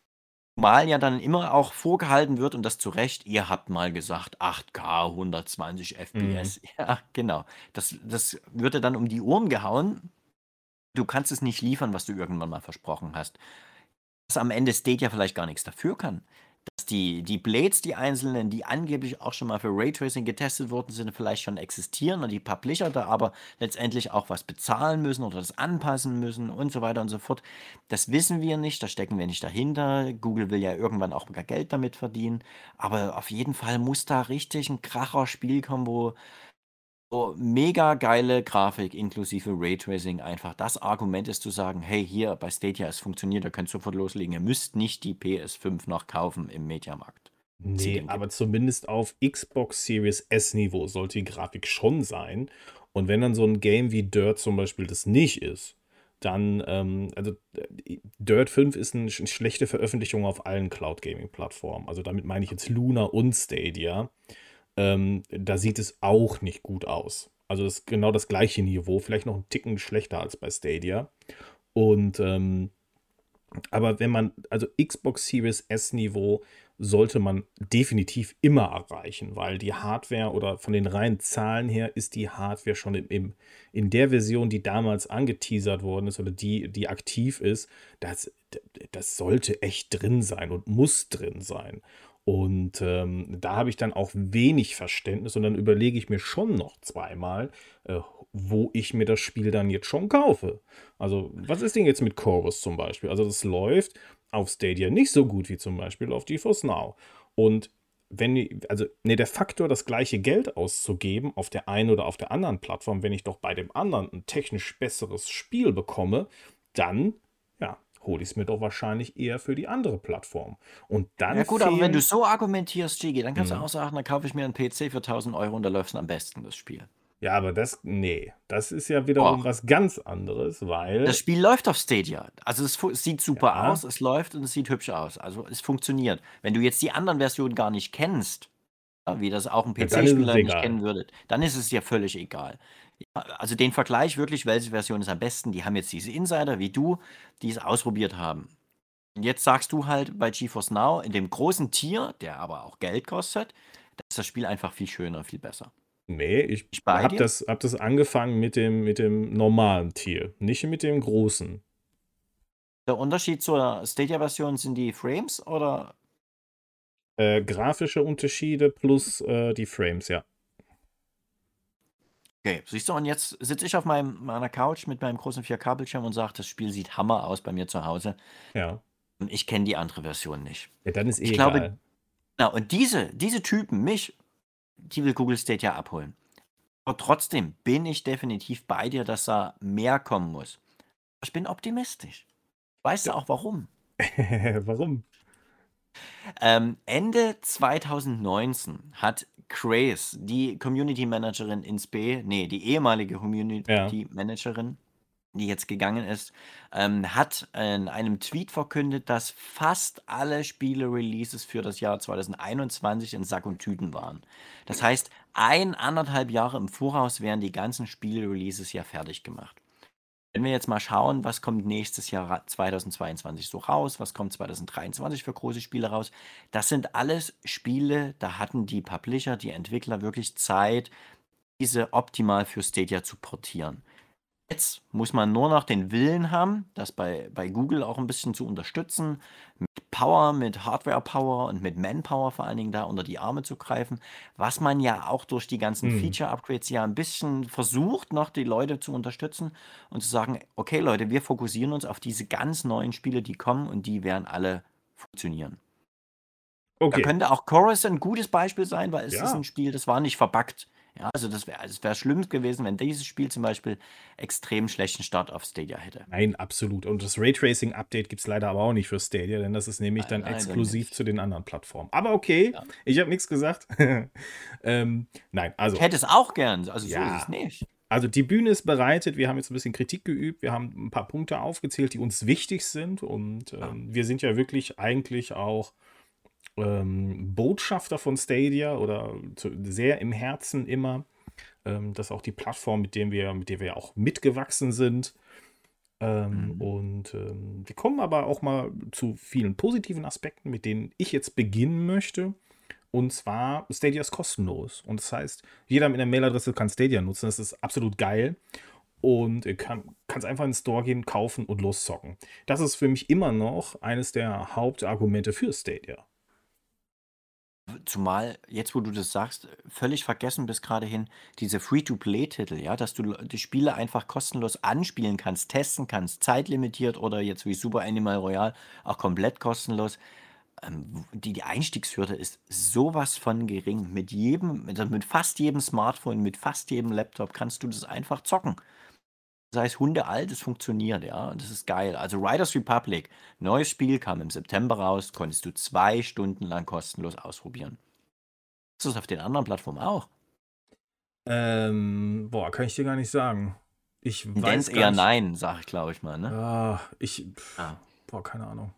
mal ja dann immer auch vorgehalten wird und das zu Recht, ihr habt mal gesagt acht K, hundertzwanzig Mhm. F P S. Ja, genau. Das, das wird dir dann um die Ohren gehauen. Du kannst es nicht liefern, was du irgendwann mal versprochen hast. Dass am Ende Stadia vielleicht gar nichts dafür kann. Dass die, die Blades, die einzelnen, die angeblich auch schon mal für Raytracing getestet worden sind, vielleicht schon existieren und die Publisher da aber letztendlich auch was bezahlen müssen oder das anpassen müssen und so weiter und so fort. Das wissen wir nicht, da stecken wir nicht dahinter. Google will ja irgendwann auch mal Geld damit verdienen. Aber auf jeden Fall muss da richtig ein Kracher-Spiel kommen, wo so mega geile Grafik inklusive Raytracing einfach das Argument ist zu sagen, hey, hier bei Stadia, es funktioniert, ihr könnt sofort loslegen. Ihr müsst nicht die P S fünf noch kaufen im Mediamarkt. Sie Nee, den aber gibt. zumindest auf Xbox Series S-Niveau sollte die Grafik schon sein. Und wenn dann so ein Game wie Dirt zum Beispiel das nicht ist, dann, ähm, also äh, Dirt fünf ist eine sch schlechte Veröffentlichung auf allen Cloud-Gaming-Plattformen. Also damit meine ich jetzt Luna und Stadia. Ähm, da sieht es auch nicht gut aus. Also das ist genau das gleiche Niveau, vielleicht noch einen Ticken schlechter als bei Stadia. Und ähm, aber wenn man, also Xbox Series S-Niveau sollte man definitiv immer erreichen, weil die Hardware oder von den reinen Zahlen her ist die Hardware schon im, im, in der Version, die damals angeteasert worden ist oder die, die aktiv ist, das, das sollte echt drin sein und muss drin sein. Und ähm, da habe ich dann auch wenig Verständnis und dann überlege ich mir schon noch zweimal, äh, wo ich mir das Spiel dann jetzt schon kaufe. Also, was ist denn jetzt mit Chorus zum Beispiel? Also, das läuft auf Stadia nicht so gut wie zum Beispiel auf GeForce Now. Und wenn, ich- also, ne, der Faktor, das gleiche Geld auszugeben auf der einen oder auf der anderen Plattform, wenn ich doch bei dem anderen ein technisch besseres Spiel bekomme, dann, ja, hole ich es mir doch wahrscheinlich eher für die andere Plattform. Und Ja dann gut, aber wenn du fehlen. so argumentierst, Gigi, dann kannst du Hm. auch sagen, dann kaufe ich mir einen P C für tausend Euro und da läuft es am besten, das Spiel. Ja, aber das, nee, das ist ja wiederum Och, was ganz anderes, das weil, Spiel läuft auf Stadia. Also es, fu- es sieht super ja, aus, es läuft und es sieht hübsch aus. Also es funktioniert. Wenn du jetzt die anderen Versionen gar nicht kennst, ja, wie das auch ein ja, dann ist es P C-Spieler nicht egal. kennen würde, dann ist es dir völlig egal. Ja, also den Vergleich wirklich, welche Version ist am besten, die haben jetzt diese Insider wie du, die es ausprobiert haben. Und jetzt sagst du halt bei GeForce Now, in dem großen Tier, der aber auch Geld kostet, da ist das Spiel einfach viel schöner, viel besser. Nee, ich Ich bei habe dir? das, hab das angefangen mit dem, mit dem normalen Tier, nicht mit dem großen. Der Unterschied zur Stadia-Version sind die Frames oder? Äh, grafische Unterschiede plus äh, die Frames, ja. Okay, siehst du, und jetzt sitze ich auf meinem, meiner Couch mit meinem großen vier K-Bildschirm und sage, das Spiel sieht Hammer aus bei mir zu Hause. Ja. Und ich kenne die andere Version nicht. Ja, dann ist Ich eh glaube, egal. na, und diese, diese Typen, mich, die will Google Stadia abholen. Aber trotzdem bin ich definitiv bei dir, dass da mehr kommen muss. Ich bin optimistisch. Weißt du auch warum? Warum? Ähm, Ende zwanzig neunzehn hat Grace, die Community Managerin in Spe, nee, die ehemalige Ja. Community Managerin, die jetzt gegangen ist, ähm, hat in einem Tweet verkündet, dass fast alle Spiele-Releases für das Jahr zwanzig einundzwanzig in Sack und Tüten waren. Das heißt, ein, anderthalb Jahre im Voraus wären die ganzen Spiele-Releases ja fertig gemacht. Wenn wir jetzt mal schauen, was kommt nächstes Jahr ra- zwanzig zweiundzwanzig so raus, was kommt zwanzig dreiundzwanzig für große Spiele raus, das sind alles Spiele, da hatten die Publisher, die Entwickler wirklich Zeit, diese optimal für Stadia zu portieren. Jetzt muss man nur noch den Willen haben, das bei, bei Google auch ein bisschen zu unterstützen, mit Power, mit Hardware-Power und mit Manpower vor allen Dingen da unter die Arme zu greifen, was man ja auch durch die ganzen Hm. Feature-Upgrades ja ein bisschen versucht, noch die Leute zu unterstützen und zu sagen, okay Leute, wir fokussieren uns auf diese ganz neuen Spiele, die kommen und die werden alle funktionieren. Da Okay. könnte auch Chorus ein gutes Beispiel sein, weil es ist ein Ja. Spiel, das war nicht verbuggt. Ja, also das wäre es wär schlimm gewesen, wenn dieses Spiel zum Beispiel extrem schlechten Start auf Stadia hätte. Nein, absolut. Und das Raytracing-Update gibt es leider aber auch nicht für Stadia, denn das ist nämlich Nein, dann leider exklusiv zu nicht. den anderen Plattformen. Aber okay, Ja. ich habe nichts gesagt. ähm, nein, Ich also, hätte es auch gern, also so ist es ja. nicht. Also die Bühne ist bereitet, wir haben jetzt ein bisschen Kritik geübt, wir haben ein paar Punkte aufgezählt, die uns wichtig sind und Ja. ähm, wir sind ja wirklich eigentlich auch ähm, Botschafter von Stadia oder zu, sehr im Herzen immer. Ähm, das ist auch die Plattform, mit der wir, mit der wir auch mitgewachsen sind. Ähm, Mhm. und ähm, wir kommen aber auch mal zu vielen positiven Aspekten, mit denen ich jetzt beginnen möchte. Und zwar, Stadia ist kostenlos. Und das heißt, jeder mit einer Mailadresse kann Stadia nutzen. Das ist absolut geil. Und ihr kann es einfach in den Store gehen, kaufen und loszocken. Das ist für mich immer noch eines der Hauptargumente für Stadia. Zumal, jetzt wo du das sagst, völlig vergessen bis gerade hin, diese Free-to-Play-Titel, ja, dass du die Spiele einfach kostenlos anspielen kannst, testen kannst, zeitlimitiert oder jetzt wie Super Animal Royale auch komplett kostenlos. Ähm, die, die Einstiegshürde ist sowas von gering. Mit jedem, mit, mit fast jedem Smartphone, mit fast jedem Laptop kannst du das einfach zocken. Sei es hundealt, es funktioniert, ja, und das ist geil. Also Riders Republic, neues Spiel, kam im September raus, konntest du zwei Stunden lang kostenlos ausprobieren. Das ist auf den anderen Plattformen auch. Ähm, boah, kann ich dir gar nicht sagen. Ich Tendenz weiß gar eher nicht. nein, sage ich, glaube ich mal, ne? Ah, ich, pf, Ja. boah, keine Ahnung.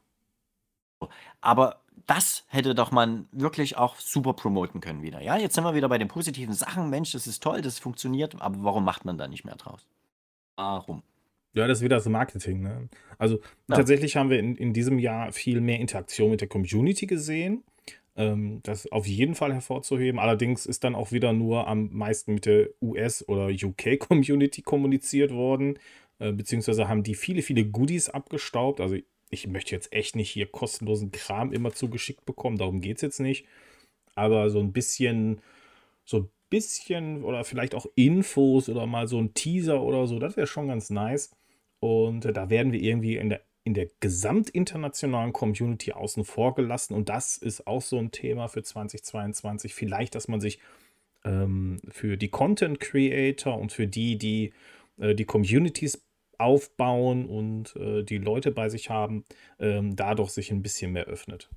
Aber das hätte doch man wirklich auch super promoten können wieder. Ja, jetzt sind wir wieder bei den positiven Sachen. Mensch, das ist toll, das funktioniert, aber warum macht man da nicht mehr draus? Warum? Ja, das ist wieder das Marketing, ne? Also Ja, tatsächlich haben wir in, in diesem Jahr viel mehr Interaktion mit der Community gesehen. Ähm, das ist auf jeden Fall hervorzuheben. Allerdings ist dann auch wieder nur am meisten mit der U S- oder U K-Community kommuniziert worden. Äh, beziehungsweise haben die viele, viele Goodies abgestaubt. Also ich möchte jetzt echt nicht hier kostenlosen Kram immer zugeschickt bekommen. Darum geht es jetzt nicht. Aber so ein bisschen, so ein bisschen oder vielleicht auch Infos oder mal so ein Teaser oder so, das wäre schon ganz nice. Und äh, da werden wir irgendwie in der, in der gesamtinternationalen Community außen vor gelassen. Und das ist auch so ein Thema für zwanzig zweiundzwanzig. Vielleicht, dass man sich ähm, für die Content Creator und für die, die äh, die Communities aufbauen und äh, die Leute bei sich haben, ähm, dadurch sich ein bisschen mehr öffnet.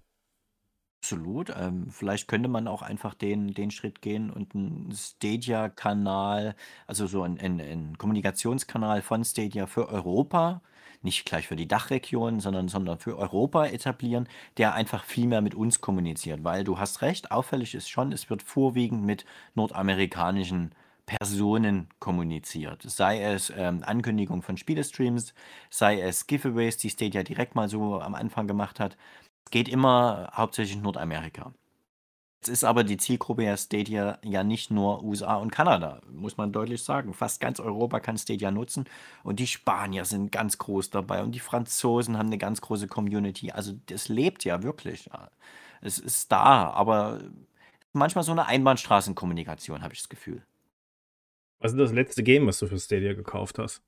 absolut. Ähm, vielleicht könnte man auch einfach den, den Schritt gehen und einen Stadia-Kanal, also so ein, ein, ein Kommunikationskanal von Stadia für Europa, nicht gleich für die Dachregion, sondern, sondern für Europa etablieren, der einfach viel mehr mit uns kommuniziert. Weil du hast recht, auffällig ist schon, es wird vorwiegend mit nordamerikanischen Personen kommuniziert. Sei es ähm, Ankündigung von Spielestreams, sei es Giveaways, die Stadia direkt mal so am Anfang gemacht hat. Es geht immer hauptsächlich in Nordamerika. Jetzt ist aber die Zielgruppe ja Stadia ja nicht nur U S A und Kanada, muss man deutlich sagen. Fast ganz Europa kann Stadia nutzen und die Spanier sind ganz groß dabei und die Franzosen haben eine ganz große Community. Also das lebt ja wirklich. Ja. Es ist da, aber manchmal so eine Einbahnstraßenkommunikation, habe ich das Gefühl. Was ist das letzte Game, was du für Stadia gekauft hast?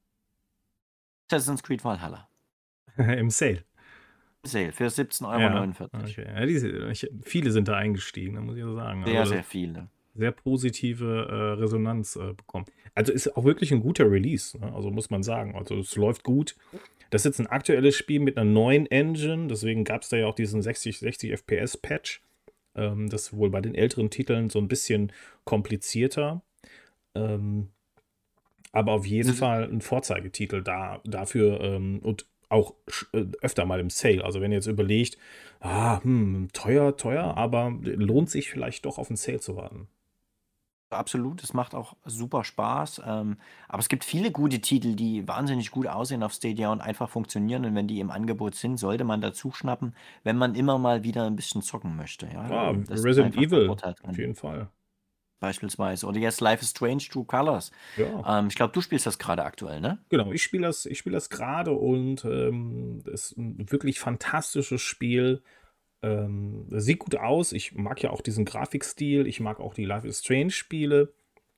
Assassin's Creed Valhalla. Im Sale. Sale für 17,49 Euro. Ja, neunundvierzig. okay. Ja, diese, ich, viele sind da eingestiegen, da muss ich so sagen. Also Sehr, das sehr viele. sehr positive äh, Resonanz äh, bekommen. Also ist auch wirklich ein guter Release, ne? Also muss man sagen. Also es läuft gut. Das ist jetzt ein aktuelles Spiel mit einer neuen Engine, deswegen gab es da ja auch diesen sechzig, sechzig F P S-Patch. Ähm, das ist wohl bei den älteren Titeln so ein bisschen komplizierter. Ähm, aber auf jeden Fall ein Vorzeigetitel da, dafür ähm, und auch sch- äh, öfter mal im Sale. Also wenn ihr jetzt überlegt, ah, hm, teuer, teuer, aber lohnt sich vielleicht doch auf einen Sale zu warten. Absolut, es macht auch super Spaß. Ähm, aber es gibt viele gute Titel, die wahnsinnig gut aussehen auf Stadia und einfach funktionieren. Und wenn die im Angebot sind, sollte man dazu schnappen, wenn man immer mal wieder ein bisschen zocken möchte. Ja, Ah, ähm, das ist Resident einfach der Evil, Vorteil auf dran, jeden Fall. beispielsweise. Oder jetzt Life is Strange, True Colors. Ja, Ähm, ich glaube, du spielst das gerade aktuell, ne? genau. Ich spiele das, ich spiele das gerade und ähm, es ist ein wirklich fantastisches Spiel. Ähm, das sieht gut aus. Ich mag ja auch diesen Grafikstil. Ich mag auch die Life is Strange Spiele.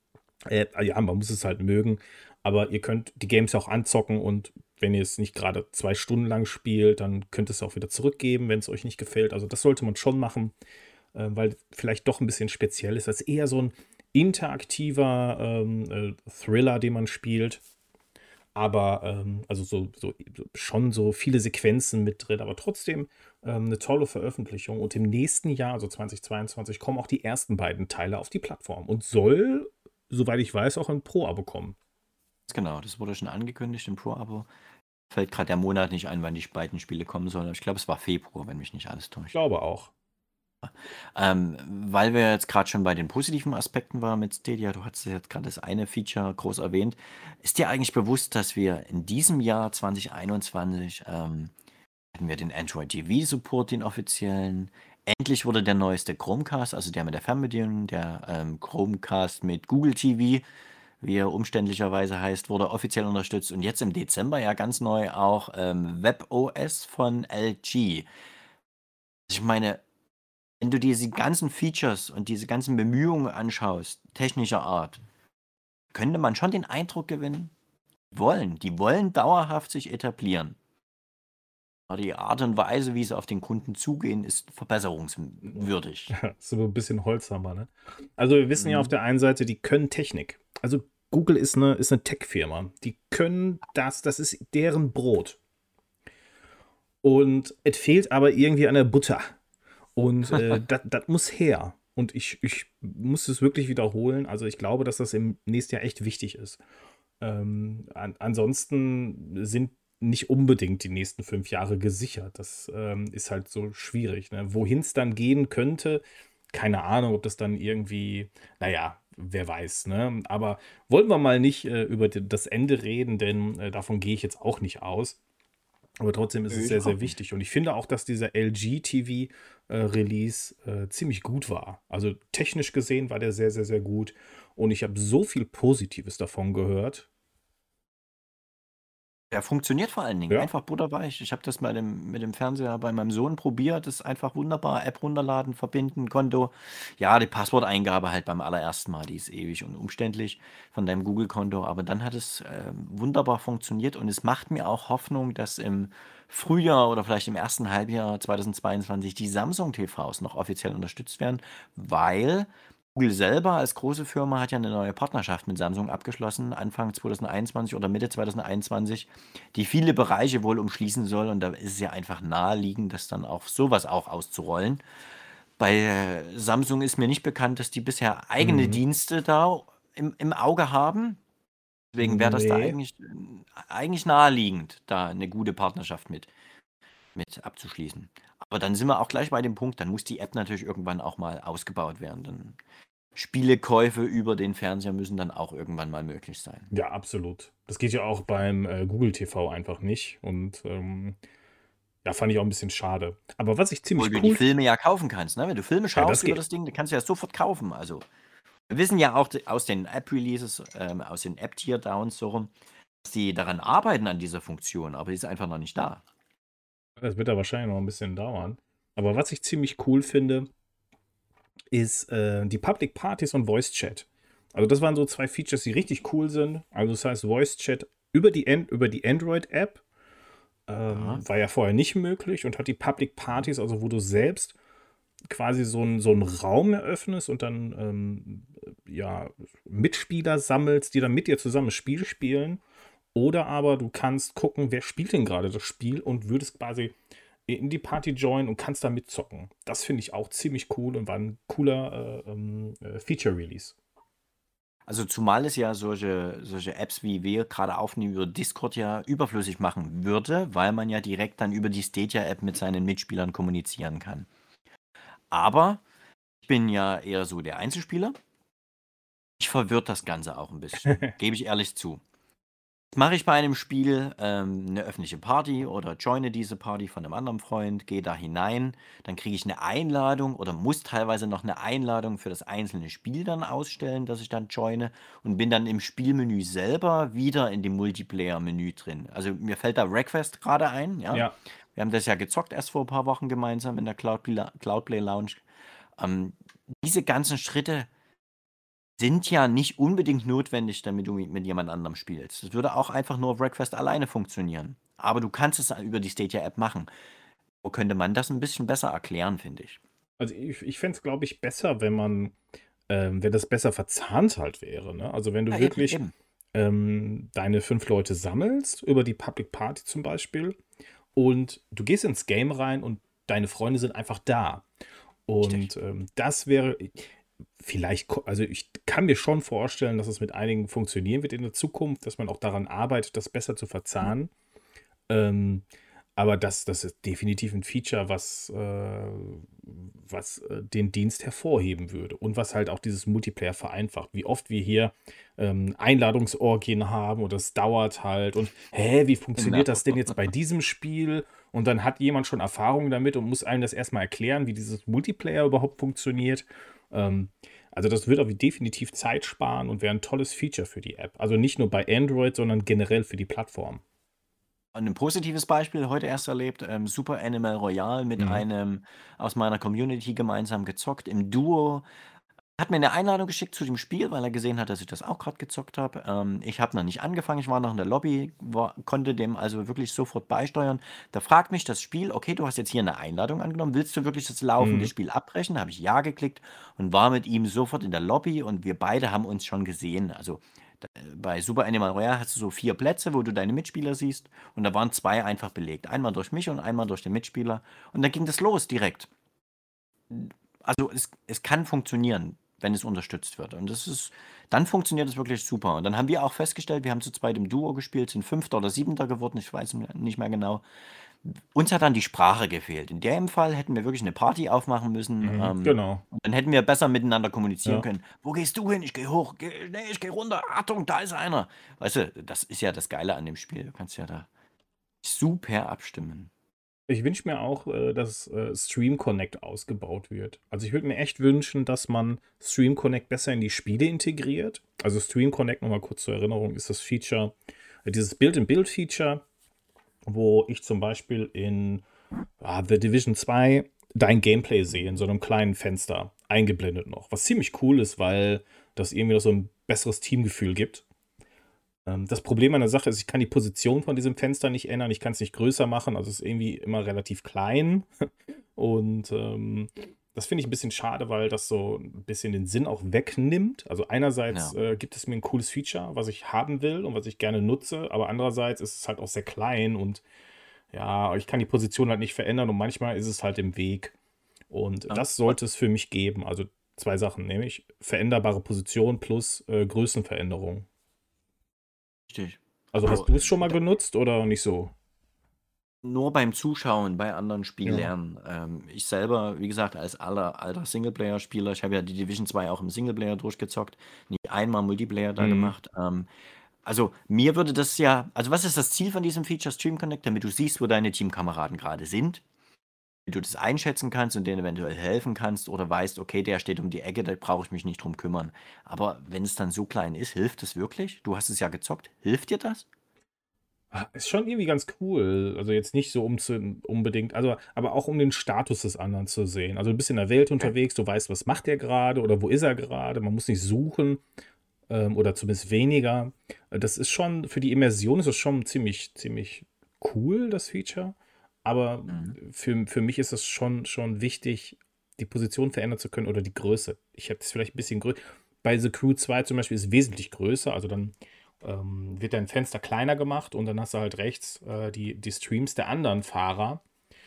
Äh, ja, man muss es halt mögen. Aber ihr könnt die Games auch anzocken und wenn ihr es nicht gerade zwei Stunden lang spielt, dann könnt ihr es auch wieder zurückgeben, wenn es euch nicht gefällt. Also das sollte man schon machen, äh, weil vielleicht doch ein bisschen speziell ist. Das ist eher so ein interaktiver ähm, äh, Thriller, den man spielt. Aber ähm, also so, so schon so viele Sequenzen mit drin, aber trotzdem ähm, eine tolle Veröffentlichung. Und im nächsten Jahr, also zwanzig zweiundzwanzig, kommen auch die ersten beiden Teile auf die Plattform und soll, soweit ich weiß, auch ein Pro-Abo kommen. Genau, das wurde schon angekündigt im Pro-Abo. Fällt gerade der Monat nicht ein, wann die beiden Spiele kommen sollen. Ich glaube, es war Februar, wenn mich nicht alles Ich täuscht. glaube auch. Ähm, weil wir jetzt gerade schon bei den positiven Aspekten waren mit Stadia, du hast jetzt gerade das eine Feature groß erwähnt. Ist dir eigentlich bewusst, dass wir in diesem Jahr zwanzig einundzwanzig ähm, hatten wir den Android T V-Support, den offiziellen. Endlich wurde der neueste Chromecast, also der mit der Fernbedienung, der ähm, Chromecast mit Google T V, wie er umständlicherweise heißt, wurde offiziell unterstützt. Und jetzt im Dezember ja ganz neu auch ähm, WebOS von L G. Also ich meine, wenn du diese ganzen Features und diese ganzen Bemühungen anschaust, technischer Art, könnte man schon den Eindruck gewinnen, die wollen, die wollen dauerhaft sich etablieren. Aber die Art und Weise, wie sie auf den Kunden zugehen, ist verbesserungswürdig. Ja, so ein bisschen Holzhammer, ne? Also wir wissen ja auf Mhm. der einen Seite, die können Technik. Also Google ist eine, ist eine Tech-Firma. Die können das, das ist deren Brot. Und es fehlt aber irgendwie an der Butter. Und äh, das muss her. Und ich, ich muss es wirklich wiederholen. Also ich glaube, dass das im nächsten Jahr echt wichtig ist. Ähm, an, ansonsten sind nicht unbedingt die nächsten fünf Jahre gesichert. Das ähm, ist halt so schwierig. Ne? Wohin es dann gehen könnte, keine Ahnung, ob das dann irgendwie, naja, wer weiß. Ne? Aber wollen wir mal nicht äh, über die- das Ende reden, denn äh, davon gehe ich jetzt auch nicht aus. Aber trotzdem ist es Ich sehr, auch sehr nicht. wichtig. Und ich finde auch, dass dieser L G-T V-Release äh, ziemlich gut war. Also technisch gesehen war der sehr, sehr, sehr gut. Und ich habe so viel Positives davon gehört. Der funktioniert vor allen Dingen, Ja, einfach butterweich. Ich habe das bei dem mit dem Fernseher bei meinem Sohn probiert, ist einfach wunderbar. App runterladen, verbinden, Konto. Ja, die Passworteingabe halt beim allerersten Mal, die ist ewig und umständlich von deinem Google-Konto, aber dann hat es, ähm, wunderbar funktioniert und es macht mir auch Hoffnung, dass im Frühjahr oder vielleicht im ersten Halbjahr zweitausendzweiundzwanzig die Samsung-T Vs noch offiziell unterstützt werden, weil Google selber als große Firma hat ja eine neue Partnerschaft mit Samsung abgeschlossen, Anfang zweitausendeinundzwanzig oder Mitte zweitausendeinundzwanzig, die viele Bereiche wohl umschließen soll. Und da ist es ja einfach naheliegend, das dann auch sowas auch auszurollen. Bei äh, Samsung ist mir nicht bekannt, dass die bisher eigene mhm. Dienste da im, im Auge haben. Deswegen wäre das da Nee. eigentlich, äh, eigentlich naheliegend, da eine gute Partnerschaft mit, mit abzuschließen. Aber dann sind wir auch gleich bei dem Punkt, dann muss die App natürlich irgendwann auch mal ausgebaut werden. Dann Spielekäufe über den Fernseher müssen dann auch irgendwann mal möglich sein. Ja, absolut. Das geht ja auch beim äh, Google T V einfach nicht. Und ähm, ja, fand ich auch ein bisschen schade. Aber was ich Obwohl ziemlich du die cool. Filme ja kaufen kannst, ne? Wenn du Filme Ja, das schaust über geht. das Ding, dann kannst du ja sofort kaufen. Also, wir wissen ja auch aus den App-Releases, ähm, aus den App-Teardowns so rum, dass die daran arbeiten an dieser Funktion, aber die ist einfach noch nicht da. Das wird da wahrscheinlich noch ein bisschen dauern. Aber was ich ziemlich cool finde, ist äh, die Public Parties und Voice Chat. Also das waren so zwei Features, die richtig cool sind. Also das heißt Voice Chat über die, An- über die Android-App Ja. ähm, war ja vorher nicht möglich und hat die Public Parties, also wo du selbst quasi so einen so einen Raum eröffnest und dann ähm, ja, Mitspieler sammelst, die dann mit dir zusammen das Spiel spielen. Oder aber du kannst gucken, wer spielt denn gerade das Spiel und würdest quasi in die Party joinen und kannst da mitzocken. Das finde ich auch ziemlich cool und war ein cooler äh, ähm, äh, Feature-Release. Also zumal es ja solche, solche Apps, wie wir gerade aufnehmen, über Discord ja überflüssig machen würde, weil man ja direkt dann über die Stadia-App mit seinen Mitspielern kommunizieren kann. Aber ich bin ja eher so der Einzelspieler. Mich verwirrt das Ganze auch ein bisschen, gebe ich ehrlich zu. Mache ich bei einem Spiel ähm, 'ne öffentliche Party oder joine diese Party von einem anderen Freund, gehe da hinein, dann kriege ich eine Einladung oder muss teilweise noch eine Einladung für das einzelne Spiel dann ausstellen, das ich dann joine und bin dann im Spielmenü selber wieder in dem Multiplayer-Menü drin. Also, mir fällt da Wreckfest gerade ein, ja? Ja, Wir haben das ja gezockt erst vor ein paar Wochen gemeinsam in der Cloudpla Cloudplay Lounge. Ähm, diese ganzen Schritte sind ja nicht unbedingt notwendig, damit du mi mit jemand anderem spielst. Es würde auch einfach nur auf Wreckfest alleine funktionieren. Aber du kannst es über die Stadia-App machen. Wo könnte man das ein bisschen besser erklären, finde ich. also ich, ich fände es, glaube ich, besser, wenn man, ähm, wenn das besser verzahnt halt wäre. Ne? Also wenn du Ja, eben, wirklich eben. ähm, deine fünf Leute sammelst, über die Public Party zum Beispiel, und du gehst ins Game rein und deine Freunde sind einfach da. Richtig. Und ähm, das wäre vielleicht, ko- also ich kann mir schon vorstellen, dass es mit einigen funktionieren wird in der Zukunft, dass man auch daran arbeitet, das besser zu verzahnen. Ähm, aber das, das ist definitiv ein Feature, was, äh, was äh, den Dienst hervorheben würde und was halt auch dieses Multiplayer vereinfacht. Wie oft wir hier ähm, Einladungsorgien haben und das dauert halt und hä, wie Genau. funktioniert das denn jetzt bei diesem Spiel? Und dann hat jemand schon Erfahrung damit und muss einem das erstmal erklären, wie dieses Multiplayer überhaupt funktioniert. Ähm, also das wird auch definitiv Zeit sparen und wäre ein tolles Feature für die App. Also nicht nur bei Android, sondern generell für die Plattform. Und 'n positives Beispiel heute erst erlebt, ähm, Super Animal Royale mit Mhm. einem aus meiner Community gemeinsam gezockt im Duo. Hat mir eine Einladung geschickt zu dem Spiel, weil er gesehen hat, dass ich das auch gerade gezockt habe. Ähm, ich habe noch nicht angefangen, ich war noch in der Lobby, war konnte dem also wirklich sofort beisteuern. Da fragt mich das Spiel: „Okay, du hast jetzt hier eine Einladung angenommen. Willst du wirklich das laufende Mhm. Spiel abbrechen?“ Habe ich „Ja“ geklickt und war mit ihm sofort in der Lobby und wir beide haben uns schon gesehen. Also, d bei Super Animal Royale hast du so vier Plätze, wo du deine Mitspieler siehst und da waren zwei einfach belegt. Einmal durch mich und einmal durch den Mitspieler und dann ging das los direkt. Also, es es kann funktionieren. wenn es unterstützt wird. Und das ist dann funktioniert es wirklich super. Und dann haben wir auch festgestellt, wir haben zu zweit im Duo gespielt, sind Fünfter oder Siebenter geworden, ich weiß nicht mehr genau. Uns hat dann die Sprache gefehlt. In dem Fall hätten wir wirklich eine Party aufmachen müssen, Mhm, ähm, genau. und dann hätten wir besser miteinander kommunizieren Ja. können. „Wo gehst du hin? Ich gehe hoch. Geh ne, ich gehe runter. Achtung, da ist einer." Weißt du, das ist ja das Geile an dem Spiel. Du kannst ja da super abstimmen. Ich wünsche mir auch, äh, dass äh, Stream Connect ausgebaut wird. Also ich würde mir echt wünschen, dass man Stream Connect besser in die Spiele integriert. Also Stream Connect, nochmal kurz zur Erinnerung, ist das Feature, äh, dieses Build-in-Build-Feature, wo ich zum Beispiel in ah, The Division zwei dein Gameplay sehe, in so einem kleinen Fenster, eingeblendet noch. Was ziemlich cool ist, weil das irgendwie noch so ein besseres Teamgefühl gibt. Ähm, das Problem an der Sache ist, ich kann die Position von diesem Fenster nicht ändern, ich kann es nicht größer machen, also es ist irgendwie immer relativ klein. Und ähm, das finde ich ein bisschen schade, weil das so ein bisschen den Sinn auch wegnimmt. Also einerseits Ja. äh, gibt es mir ein cooles Feature, was ich haben will und was ich gerne nutze, aber andererseits ist es halt auch sehr klein und ja, ich kann die Position halt nicht verändern und manchmal ist es halt im Weg. Und Ja. das sollte es für mich geben. Also zwei Sachen, nämlich veränderbare Position plus äh, Größenveränderung. Richtig. Also Also, hast du es schon mal da genutzt oder nicht so? nur beim Zuschauen bei anderen Ja. Spielern. Ähm, ich selber, wie gesagt, als aller alter Singleplayer-Spieler, ich habe ja die Division zwei auch im Singleplayer durchgezockt, nie einmal Multiplayer da Mhm. gemacht. Ähm, also, mir würde das ja also, was ist das Ziel von diesem Feature Stream Connect? Damit du siehst, wo deine Teamkameraden gerade sind, wie du das einschätzen kannst und denen eventuell helfen kannst oder weißt: „Okay, der steht um die Ecke, da brauche ich mich nicht drum kümmern." Aber wenn es dann so klein ist, hilft es wirklich? Du hast es ja gezockt. Hilft dir das? Ah, ist schon irgendwie ganz cool. Also jetzt nicht so um zu unbedingt, also aber auch um den Status des anderen zu sehen. Also du bist in der Welt Okay. unterwegs, du weißt, was macht der gerade oder wo ist er gerade. Man muss nicht suchen, ähm, oder zumindest weniger. Äh, Das ist schon, für die Immersion ist es schon ziemlich, ziemlich cool, das Feature. Aber Mhm. für, für mich ist es schon, schon wichtig, die Position verändern zu können oder die Größe. Ich hätte es vielleicht ein bisschen größer. Bei The Crew zwei zum Beispiel ist es wesentlich größer. Also dann ähm, wird dein Fenster kleiner gemacht und dann hast du halt rechts äh, die, die Streams der anderen Fahrer.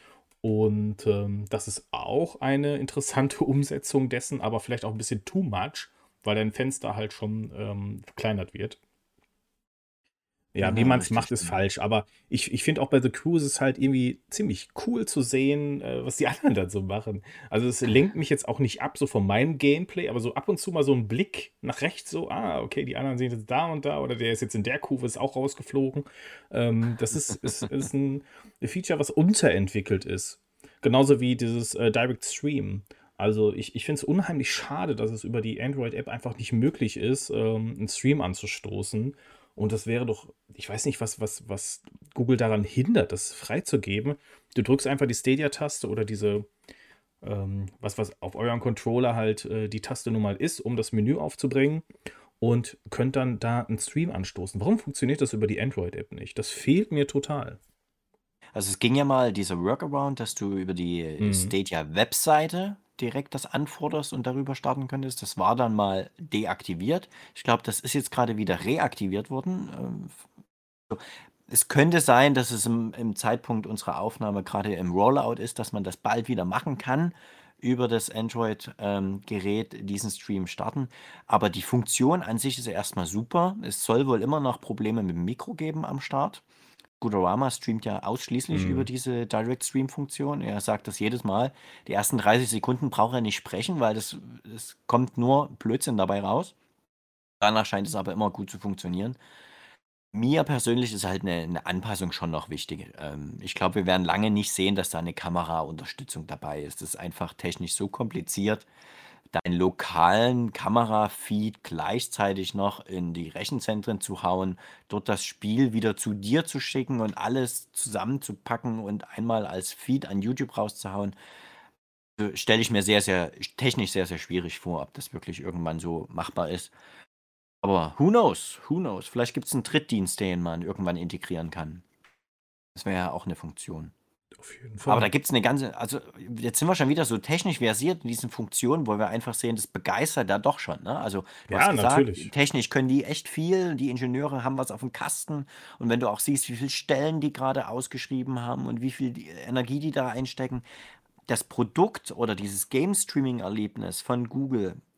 Und ähm, das ist auch eine interessante Umsetzung dessen, aber vielleicht auch ein bisschen too much, weil dein Fenster halt schon ähm, verkleinert wird. Ja, wie Genau, man es richtig, macht, ist genau. falsch. Aber ich, ich finde auch bei The Crew ist es halt irgendwie ziemlich cool zu sehen, äh, was die anderen da so machen. Also es lenkt mich jetzt auch nicht ab, so von meinem Gameplay, aber so ab und zu mal so ein Blick nach rechts, so, ah, okay, die anderen sind jetzt da und da, oder der ist jetzt in der Kurve, ist auch rausgeflogen. Ähm, das ist, ist, ist ein Feature, was unterentwickelt ist. Genauso wie dieses äh, Direct Stream. Also ich, ich finde es unheimlich schade, dass es über die Android-App einfach nicht möglich ist, ähm, einen Stream anzustoßen. Und das wäre doch, ich weiß nicht, was, was, was Google daran hindert, das freizugeben. Du drückst einfach die Stadia-Taste oder diese, ähm, was, was auf eurem Controller halt äh, die Taste nun mal ist, um das Menü aufzubringen und könnt dann da einen Stream anstoßen. Warum funktioniert das über die Android-App nicht? Das fehlt mir total. Also, es ging ja mal dieser Workaround, dass du über die Mhm. Stadia-Webseite direkt das anforderst und darüber starten könntest. Das war dann mal deaktiviert. Ich glaube, das ist jetzt gerade wieder reaktiviert worden. Ähm, es könnte sein, dass es im im Zeitpunkt unserer Aufnahme gerade im Rollout ist, dass man das bald wieder machen kann, über das Android, ähm, Gerät diesen Stream starten. Aber die Funktion an sich ist ja erst mal super. Es soll wohl immer noch Probleme mit dem Mikro geben am Start. Gudorama streamt ja ausschließlich über Mhm. diese Direct-Stream-Funktion. Er sagt das jedes Mal. Die ersten dreißig Sekunden braucht er nicht sprechen, weil das es kommt nur Blödsinn dabei raus. Danach scheint es aber immer gut zu funktionieren. Mir persönlich ist halt eine 'ne Anpassung schon noch wichtig. Ähm, ich glaube, wir werden lange nicht sehen, dass da eine Kameraunterstützung dabei ist. Das ist einfach technisch so kompliziert, deinen lokalen Kamerafeed gleichzeitig noch in die Rechenzentren zu hauen, dort das Spiel wieder zu dir zu schicken und alles zusammenzupacken und einmal als Feed an YouTube rauszuhauen, äh, stelle ich mir sehr, sehr technisch sehr, sehr schwierig vor, ob das wirklich irgendwann so machbar ist. Aber who knows, who knows? Vielleicht gibt's 'n Drittdienst, den man irgendwann integrieren kann. Das wäre ja auch 'ne Funktion. Auf jeden Aber da Fall. gibt's 'ne ganze also, jetzt sind wir schon wieder so technisch versiert in diesen Funktionen, wo wir einfach sehen, das begeistert ja doch schon, ne? Also, du hast Ja, gesagt, natürlich. technisch können die echt viel, die Ingenieure haben was aufm Kasten. Und wenn du auch siehst, wie viel Stellen die grade ausgeschrieben haben und wie viel die Energie die da einstecken, das Produkt oder dieses Game-Streaming-Erlebnis von Google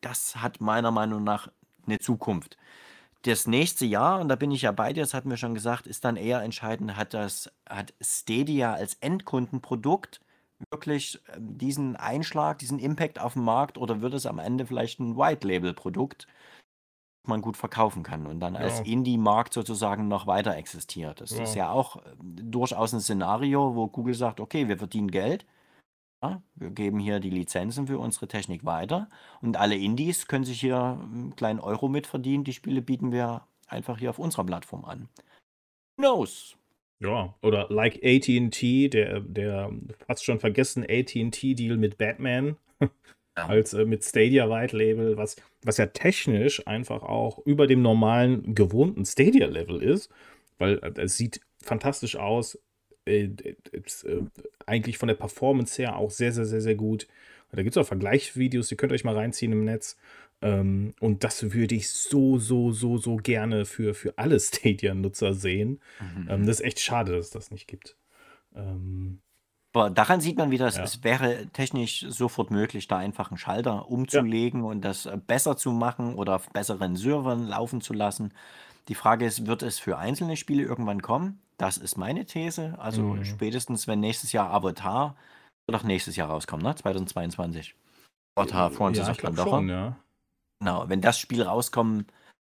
das hat meiner Meinung nach eine Zukunft. Das nächste Jahr, und da bin ich ja bei dir, das hatten wir schon gesagt, ist dann eher entscheidend, hat das hat Stadia als Endkundenprodukt wirklich, ähm, diesen Einschlag, diesen Impact auf dem Markt, oder wird es am Ende vielleicht ein White-Label-Produkt, das man gut verkaufen kann und dann als Ja, Indie-Markt sozusagen noch weiter existiert? Das ist ja. ja auch, ähm, durchaus ein Szenario, wo Google sagt: „Okay, wir verdienen Geld. Ja, wir geben hier die Lizenzen für unsere Technik weiter und alle Indies können sich hier 'n kleinen Euro mitverdienen. Die Spiele bieten wir einfach hier auf unserer Plattform an." Who knows? Ja, oder like A T and T, der, der fast schon vergessen A T and T-Deal mit Batman Ja. als äh, mit Stadia White Label, was, was ja technisch einfach auch über dem normalen, gewohnten Stadia-Level ist, weil äh, es sieht fantastisch aus, äh, ist, äh, eigentlich von der Performance her auch sehr, sehr, sehr, sehr gut. Da gibt es auch Vergleichsvideos, die könnt ihr euch mal reinziehen im Netz. Ähm, und das würde ich so, so, so, so gerne für, für alle Stadia-Nutzer sehen. Ähm, Mhm. das ist echt schade, dass es das nicht gibt. Ähm, Aber daran sieht man wieder, es ja. es wäre technisch sofort möglich, da einfach 'n Schalter Ja. umzulegen und das, äh, besser zu machen oder auf besseren Servern laufen zu lassen. Die Frage ist, wird es für einzelne Spiele irgendwann kommen? Das ist meine These. Also, Mhm. spätestens, wenn nächstes Jahr Avatar wird auch nächstes Jahr rauskommen, ne? zweitausendzweiundzwanzig. Avatar: Äh, Frontiers Ja, of ich glaube schon, Pandora. ja. Genau, wenn das Spiel rauskommen,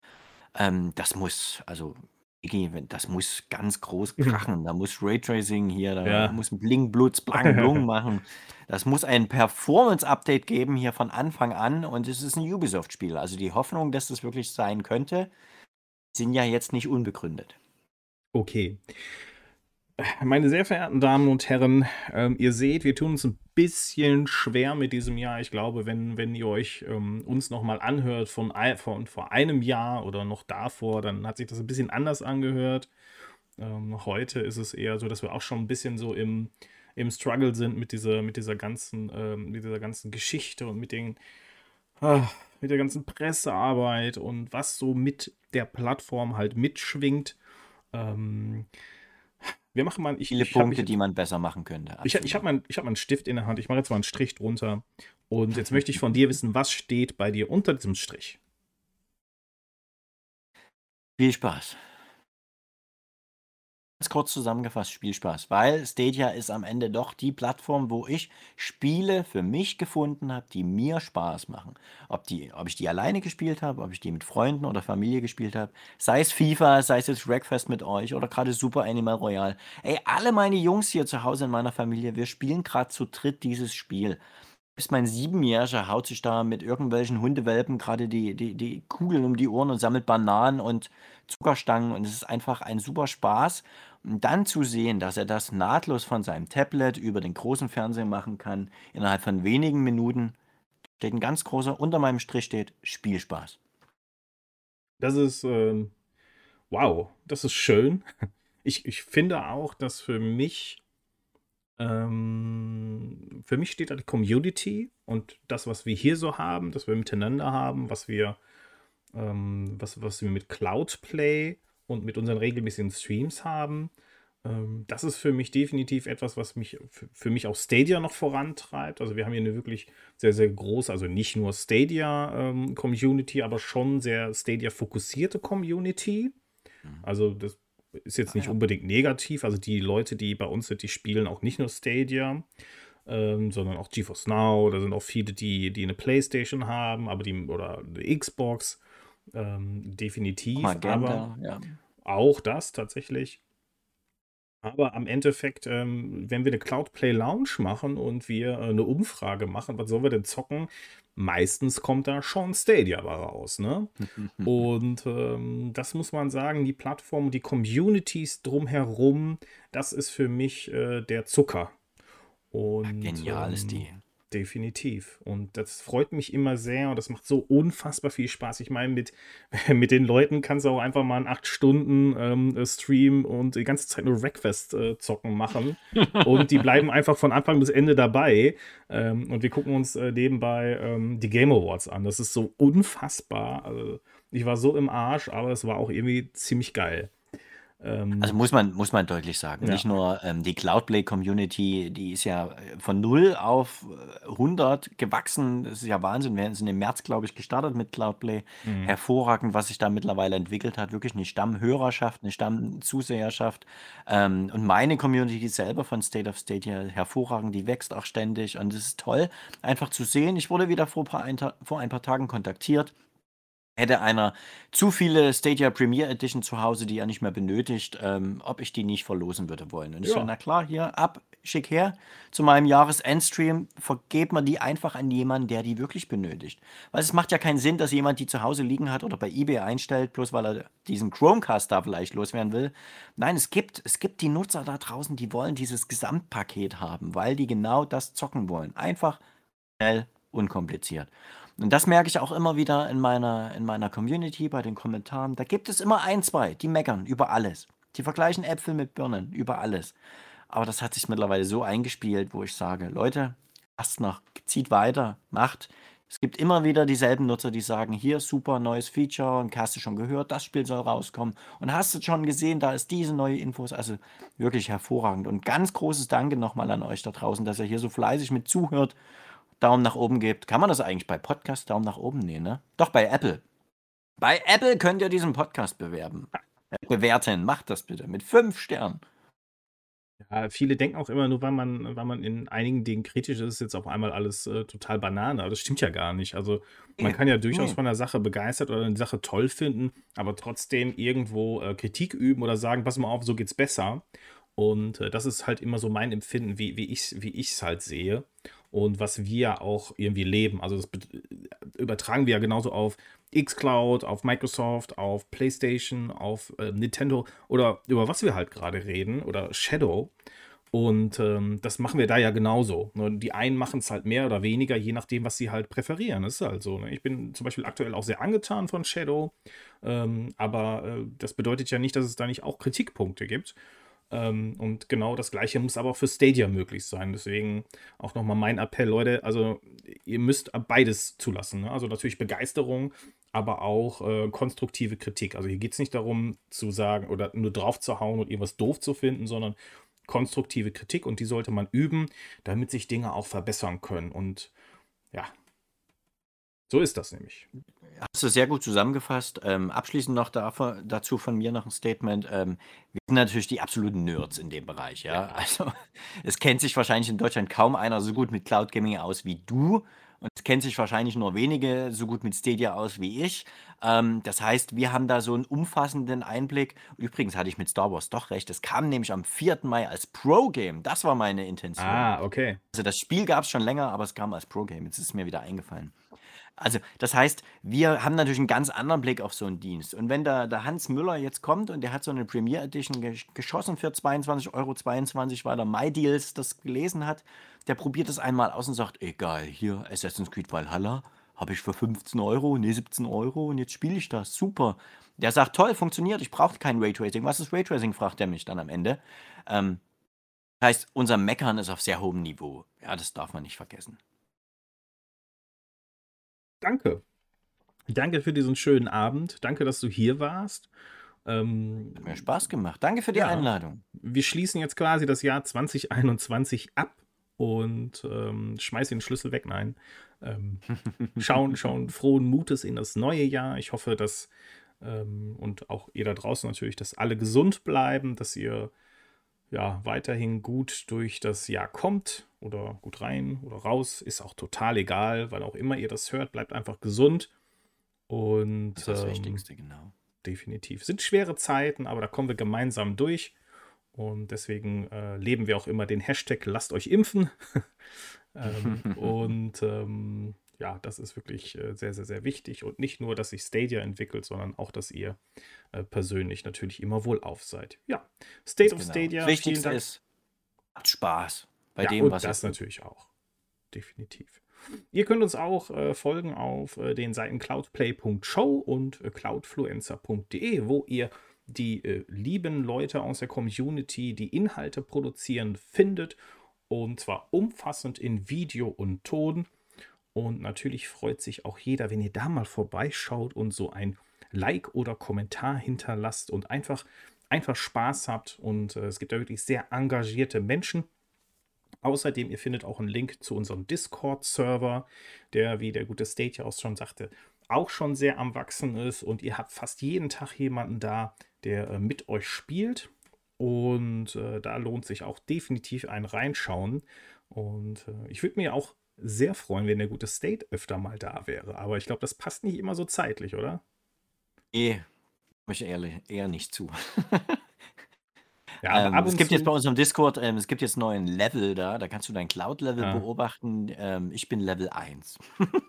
ähm, das muss, also, Iggy, wenn das muss ganz groß krachen. Da muss Raytracing hier, da Ja. muss Bling Blutz Blang Blung machen. Das muss ein Performance-Update geben hier von Anfang an, und es ist 'n Ubisoft-Spiel. Also, die Hoffnung, dass das wirklich sein könnte, sind ja jetzt nicht unbegründet. Okay. Meine sehr verehrten Damen und Herren, ähm, ihr seht, wir tun uns ein bisschen schwer mit diesem Jahr. Ich glaube, wenn, wenn ihr euch ähm, uns nochmal anhört von, ei- von vor einem Jahr oder noch davor, dann hat sich das ein bisschen anders angehört. Ähm, heute ist es eher so, dass wir auch schon ein bisschen so im, im Struggle sind mit dieser, mit dieser ganzen, ähm, mit dieser ganzen Geschichte und mit den, ah, mit der ganzen Pressearbeit und was so mit der Plattform halt mitschwingt. Ähm, wir machen mal, ich, Viele ich habe Punkte, ich, die man besser machen könnte, ich, ich habe absolut. mal, ich hab mal einen Stift in der Hand. Ich mache jetzt mal einen Strich drunter. Und jetzt möchte ich von dir wissen, was steht bei dir unter diesem Strich? Viel Spaß. Ganz kurz zusammengefasst, Spielspaß, weil Stadia ist am Ende doch die Plattform, wo ich Spiele für mich gefunden habe, die mir Spaß machen. Ob die ob ich die alleine gespielt habe, ob ich die mit Freunden oder Familie gespielt habe, sei es FIFA, sei es jetzt Wreckfest mit euch oder gerade Super Animal Royale. Ey, alle meine Jungs hier zu Hause in meiner Familie, wir spielen gerade zu dritt dieses Spiel. Bis mein Siebenjähriger haut sich da mit irgendwelchen Hundewelpen gerade die die die Kugeln um die Ohren und sammelt Bananen und Zuckerstangen, und es ist einfach ein super Spaß. Und dann zu sehen, dass er das nahtlos von seinem Tablet über den großen Fernseher machen kann, innerhalb von wenigen Minuten, steht ein ganz großer, unter meinem Strich steht Spielspaß. Das ist, ähm, wow, das ist schön. Ich, ich finde auch, dass für mich, ähm, für mich steht da die Community und das, was wir hier so haben, das wir miteinander haben, was wir, ähm, was, was wir mit Cloudplay und mit unseren regelmäßigen Streams haben. Ähm, das ist für mich definitiv etwas, was mich für, für mich auch Stadia noch vorantreibt. Also wir haben hier eine wirklich sehr, sehr große, also nicht nur Stadia-Community, aber schon sehr Stadia-fokussierte Community. Mhm. Also das ist jetzt Ja, nicht ja. unbedingt negativ. Also die Leute, die bei uns sind, die spielen auch nicht nur Stadia, ähm, sondern auch GeForce Now. Da sind auch viele, die, die eine PlayStation haben, aber die, oder eine Xbox. Ähm, definitiv, aber Magenta, ja. auch das tatsächlich. Aber am Endeffekt, ähm, wenn wir eine Cloudplay Lounge machen und wir äh, eine Umfrage machen, was sollen wir denn zocken? Meistens kommt da schon Stadia bei raus, ne? Und ähm, das muss man sagen, die Plattform, die Communities drumherum, das ist für mich äh, der Zucker. Ja, Und genial ist ähm, die. definitiv. Und das freut mich immer sehr und das macht so unfassbar viel Spaß. Ich meine, mit, mit den Leuten kannst du auch einfach mal einen acht Stunden ähm, Stream und die ganze Zeit nur Wreckfest äh, zocken machen. Und die bleiben einfach von Anfang bis Ende dabei. Ähm, und wir gucken uns äh, nebenbei ähm, die Game Awards an. Das ist so unfassbar. Also, ich war so im Arsch, aber es war auch irgendwie ziemlich geil. Also Ähm, muss man, muss man deutlich sagen. ja. Nicht nur ähm, die Cloudplay-Community, die ist ja äh, von null auf äh, hundert gewachsen. Das ist ja Wahnsinn. Wir sind im März, glaube ich, gestartet mit Cloudplay. Mhm. Hervorragend, was sich da mittlerweile entwickelt hat. Wirklich eine Stammhörerschaft, eine Stammzuseherschaft. Ähm, und meine Community selber von State of Stadia, hervorragend, die wächst auch ständig. Und es ist toll, einfach zu sehen. Ich wurde wieder vor, paar, ein, Ta- vor ein paar Tagen kontaktiert. Hätte einer zu viele Stadia Premier Edition zu Hause, die er nicht mehr benötigt, ähm, ob ich die nicht verlosen würde wollen. Und ich so, Ja. na klar, hier ab, schick her zu meinem Jahresendstream, vergebt man die einfach an jemanden, der die wirklich benötigt. Weil es macht ja keinen Sinn, dass jemand die zu Hause liegen hat oder bei eBay einstellt, bloß weil er diesen Chromecast da vielleicht loswerden will. Nein, es gibt, es gibt die Nutzer da draußen, die wollen dieses Gesamtpaket haben, weil die genau das zocken wollen. Einfach, schnell, unkompliziert. Und das merke ich auch immer wieder in meiner, in meiner Community, bei den Kommentaren. Da gibt es immer ein, zwei, die meckern über alles. Die vergleichen Äpfel mit Birnen, über alles. Aber das hat sich mittlerweile so eingespielt, wo ich sage, Leute, lasst noch, zieht weiter, macht. Es gibt immer wieder dieselben Nutzer, die sagen, hier, super, neues Feature, und hast du schon gehört, das Spiel soll rauskommen. Und hast du schon gesehen, da ist diese neue Infos. Also wirklich hervorragend. Und ganz großes Danke nochmal an euch da draußen, dass ihr hier so fleißig mit zuhört. Daumen nach oben gebt. Kann man das eigentlich bei Podcast Daumen nach oben nehmen, ne? Doch, bei Apple. Bei Apple könnt ihr diesen Podcast bewerben. Äh, bewerten. Macht das bitte mit fünf Sternen. Ja, viele denken auch immer, nur weil man, weil man in einigen Dingen kritisch ist, ist jetzt auf einmal alles äh, total Banane. Aber das stimmt ja gar nicht. Also man Nee, kann ja durchaus nee. von der Sache begeistert oder eine Sache toll finden, aber trotzdem irgendwo äh, Kritik üben oder sagen, pass mal auf, so geht's besser. Und äh, das ist halt immer so mein Empfinden, wie, wie ich wie ich es halt sehe und was wir auch irgendwie leben. Also das bet- übertragen wir ja genauso auf xCloud, auf Microsoft, auf PlayStation, auf äh, Nintendo oder über was wir halt gerade reden oder Shadow. Und ähm, das machen wir da ja genauso. Nur die einen machen es halt mehr oder weniger, je nachdem, was sie halt präferieren. Das ist halt so. Ne? Ich bin zum Beispiel aktuell auch sehr angetan von Shadow, ähm, aber äh, das bedeutet ja nicht, dass es da nicht auch Kritikpunkte gibt. Ähm, und genau das Gleiche muss aber auch für Stadia möglich sein. Deswegen auch nochmal mein Appell, Leute, also ihr müsst beides zulassen. Ne? Also natürlich Begeisterung, aber auch äh, konstruktive Kritik. Also hier geht es nicht darum zu sagen oder nur drauf zu hauen und irgendwas doof zu finden, sondern konstruktive Kritik und die sollte man üben, damit sich Dinge auch verbessern können. Und ja, so ist das nämlich. Hast du sehr gut zusammengefasst. Ähm, abschließend noch davor, dazu von mir noch ein Statement. Ähm, wir sind natürlich die absoluten Nerds in dem Bereich, ja. Ja, Also es kennt sich wahrscheinlich in Deutschland kaum einer so gut mit Cloud Gaming aus wie du. Und es kennt sich wahrscheinlich nur wenige so gut mit Stadia aus wie ich. Ähm, das heißt, wir haben da so einen umfassenden Einblick. Übrigens hatte ich mit Star Wars doch recht. Es kam nämlich am vierten Mai als Pro-Game. Das war meine Intention. ah, okay. Also das Spiel gab es schon länger, aber es kam als Pro-Game. Jetzt ist es mir wieder eingefallen. Also, das heißt, wir haben natürlich einen ganz anderen Blick auf so einen Dienst. Und wenn da der Hans Müller jetzt kommt und der hat so eine Premier Edition gesch geschossen für zweiundzwanzig Euro zweiundzwanzig, weil der MyDeals das gelesen hat, der probiert es einmal aus und sagt: „Egal, hier Assassin's Creed Valhalla habe ich für fünfzehn Euro, ne, siebzehn Euro und jetzt spiele ich das. Super.“ Der sagt: „Toll, funktioniert, ich brauche kein Raytracing.“ „Was ist Raytracing?“ fragt er mich dann am Ende. Ähm, heißt, unser Meckern ist auf sehr hohem Niveau. Ja, das darf man nicht vergessen. Danke. Danke für diesen schönen Abend. Danke, dass du hier warst. Ähm, Hat mir Spaß gemacht. Danke für die ja, Einladung. wir schließen jetzt quasi das Jahr zwanzig einundzwanzig ab und ähm, schmeißen den Schlüssel weg. Nein. Ähm, schauen, schauen frohen Mutes in das neue Jahr. Ich hoffe, dass ähm, und auch ihr da draußen natürlich, dass alle gesund bleiben, dass ihr ja weiterhin gut durch das Jahr kommt oder gut rein oder raus. Ist auch total egal, weil auch immer ihr das hört, bleibt einfach gesund und Das ist das ähm, Wichtigste, genau. definitiv. Sind schwere Zeiten, aber da kommen wir gemeinsam durch. Und deswegen äh, leben wir auch immer den Hashtag Lasst euch impfen. ähm, und ähm, ja, das ist wirklich äh, sehr, sehr, sehr wichtig. Und nicht nur, dass sich Stadia entwickelt, sondern auch, dass ihr äh, persönlich natürlich immer wohlauf seid. Ja, State Ganz of genau. Das Stadia, vielen Wichtigste Dank. ist, habt Spaß bei Ja, dem, und was ihr das tut. natürlich auch. Definitiv. Ihr könnt uns auch äh, folgen auf äh, den Seiten cloudplay punkt show und äh, cloudfluencer punkt de, wo ihr die äh, lieben Leute aus der Community, die Inhalte produzieren, findet. Und zwar umfassend in Video und Ton. Und natürlich freut sich auch jeder, wenn ihr da mal vorbeischaut und so ein Like oder Kommentar hinterlasst und einfach einfach Spaß habt und äh, es gibt da wirklich sehr engagierte Menschen. Außerdem, ihr findet auch einen Link zu unserem Discord-Server, der, wie der gute State ja auch schon sagte, auch schon sehr am Wachsen ist und ihr habt fast jeden Tag jemanden da, der äh, mit euch spielt und äh, da lohnt sich auch definitiv ein Reinschauen und äh, ich würde mir auch sehr freuen, wenn der gute State öfter mal da wäre, aber ich glaube, das passt nicht immer so zeitlich, oder? Eh, möchte ehrlich, eher nicht zu. Ja, aber Ähm, ab es und gibt jetzt bei zu. uns im Discord, ähm, es gibt jetzt neuen Level da, da kannst du dein Cloud-Level Ja. beobachten. Ähm, ich bin Level eins.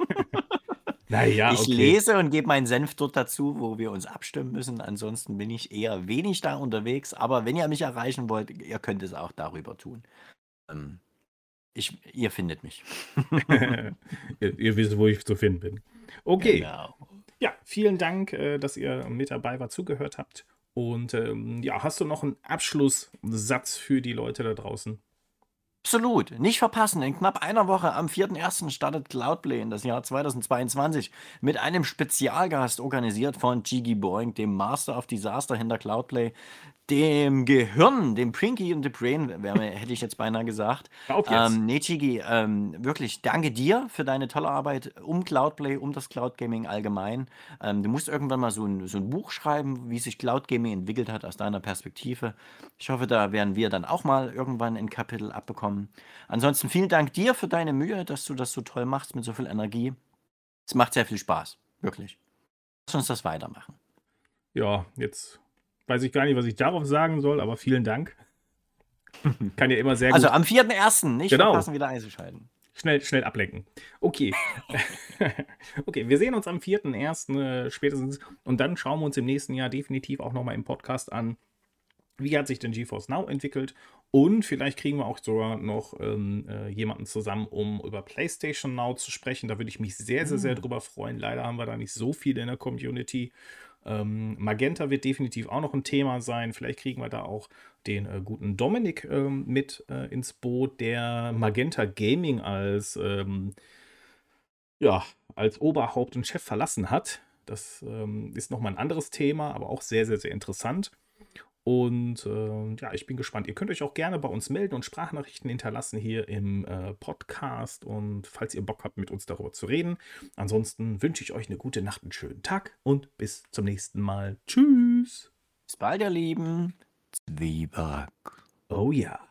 Naja, Ich okay. lese und gebe meinen Senf dort dazu, wo wir uns abstimmen müssen. Ansonsten bin ich eher wenig da unterwegs. Aber wenn ihr mich erreichen wollt, ihr könnt es auch darüber tun. Ähm, ich, ihr findet mich. ihr, ihr wisst, wo ich zu finden bin. Okay. Genau. Ja, vielen Dank, äh, dass ihr mit dabei war, zugehört habt. Und ähm, ja, hast du noch einen Abschlusssatz für die Leute da draußen? Absolut. Nicht verpassen. In knapp einer Woche am vierten ersten startet Cloudplay in das Jahr zweitausendzweiundzwanzig mit einem Spezialgast organisiert von Jiggy Boing, dem Master of Disaster hinter Cloudplay, dem Gehirn, dem Pinky und the Brain, wär mir- hätte ich jetzt beinahe gesagt. Auf jetzt. Ähm, nee, Chigi, ähm, wirklich danke dir für deine tolle Arbeit um Cloudplay, um das Cloud Gaming allgemein. Ähm, du musst irgendwann mal so ein, so ein Buch schreiben, wie sich Cloud Gaming entwickelt hat aus deiner Perspektive. Ich hoffe, da werden wir dann auch mal irgendwann ein Kapitel abbekommen. Ansonsten vielen Dank dir für deine Mühe, dass du das so toll machst mit so viel Energie. Es macht sehr viel Spaß, wirklich. Lass uns das weitermachen. Ja, jetzt weiß ich gar nicht, was ich darauf sagen soll, aber vielen Dank. Kann ja immer sehr Also gut. am vierten ersten nicht Genau. verpassen, wieder einzuschalten. Schnell, schnell ablenken. Okay. Okay, wir sehen uns am vierten ersten Äh, spätestens und dann schauen wir uns im nächsten Jahr definitiv auch nochmal im Podcast an, wie hat sich denn GeForce Now entwickelt und vielleicht kriegen wir auch sogar noch ähm, äh, jemanden zusammen, um über PlayStation Now zu sprechen. Da würde ich mich sehr, sehr, sehr Mm. drüber freuen. Leider haben wir da nicht so viele in der Community. Ähm, Magenta wird definitiv auch noch ein Thema sein. Vielleicht kriegen wir da auch den äh, guten Dominik ähm, mit äh, ins Boot, der Magenta Gaming als, ähm, ja, als Oberhaupt und Chef verlassen hat. Das ähm, ist nochmal ein anderes Thema, aber auch sehr, sehr, sehr interessant. Und äh, ja, ich bin gespannt. Ihr könnt euch auch gerne bei uns melden und Sprachnachrichten hinterlassen hier im äh, Podcast. Und falls ihr Bock habt, mit uns darüber zu reden. Ansonsten wünsche ich euch eine gute Nacht, einen schönen Tag und bis zum nächsten Mal. Tschüss. Bis bald, ihr Lieben. Zwieback. Oh ja.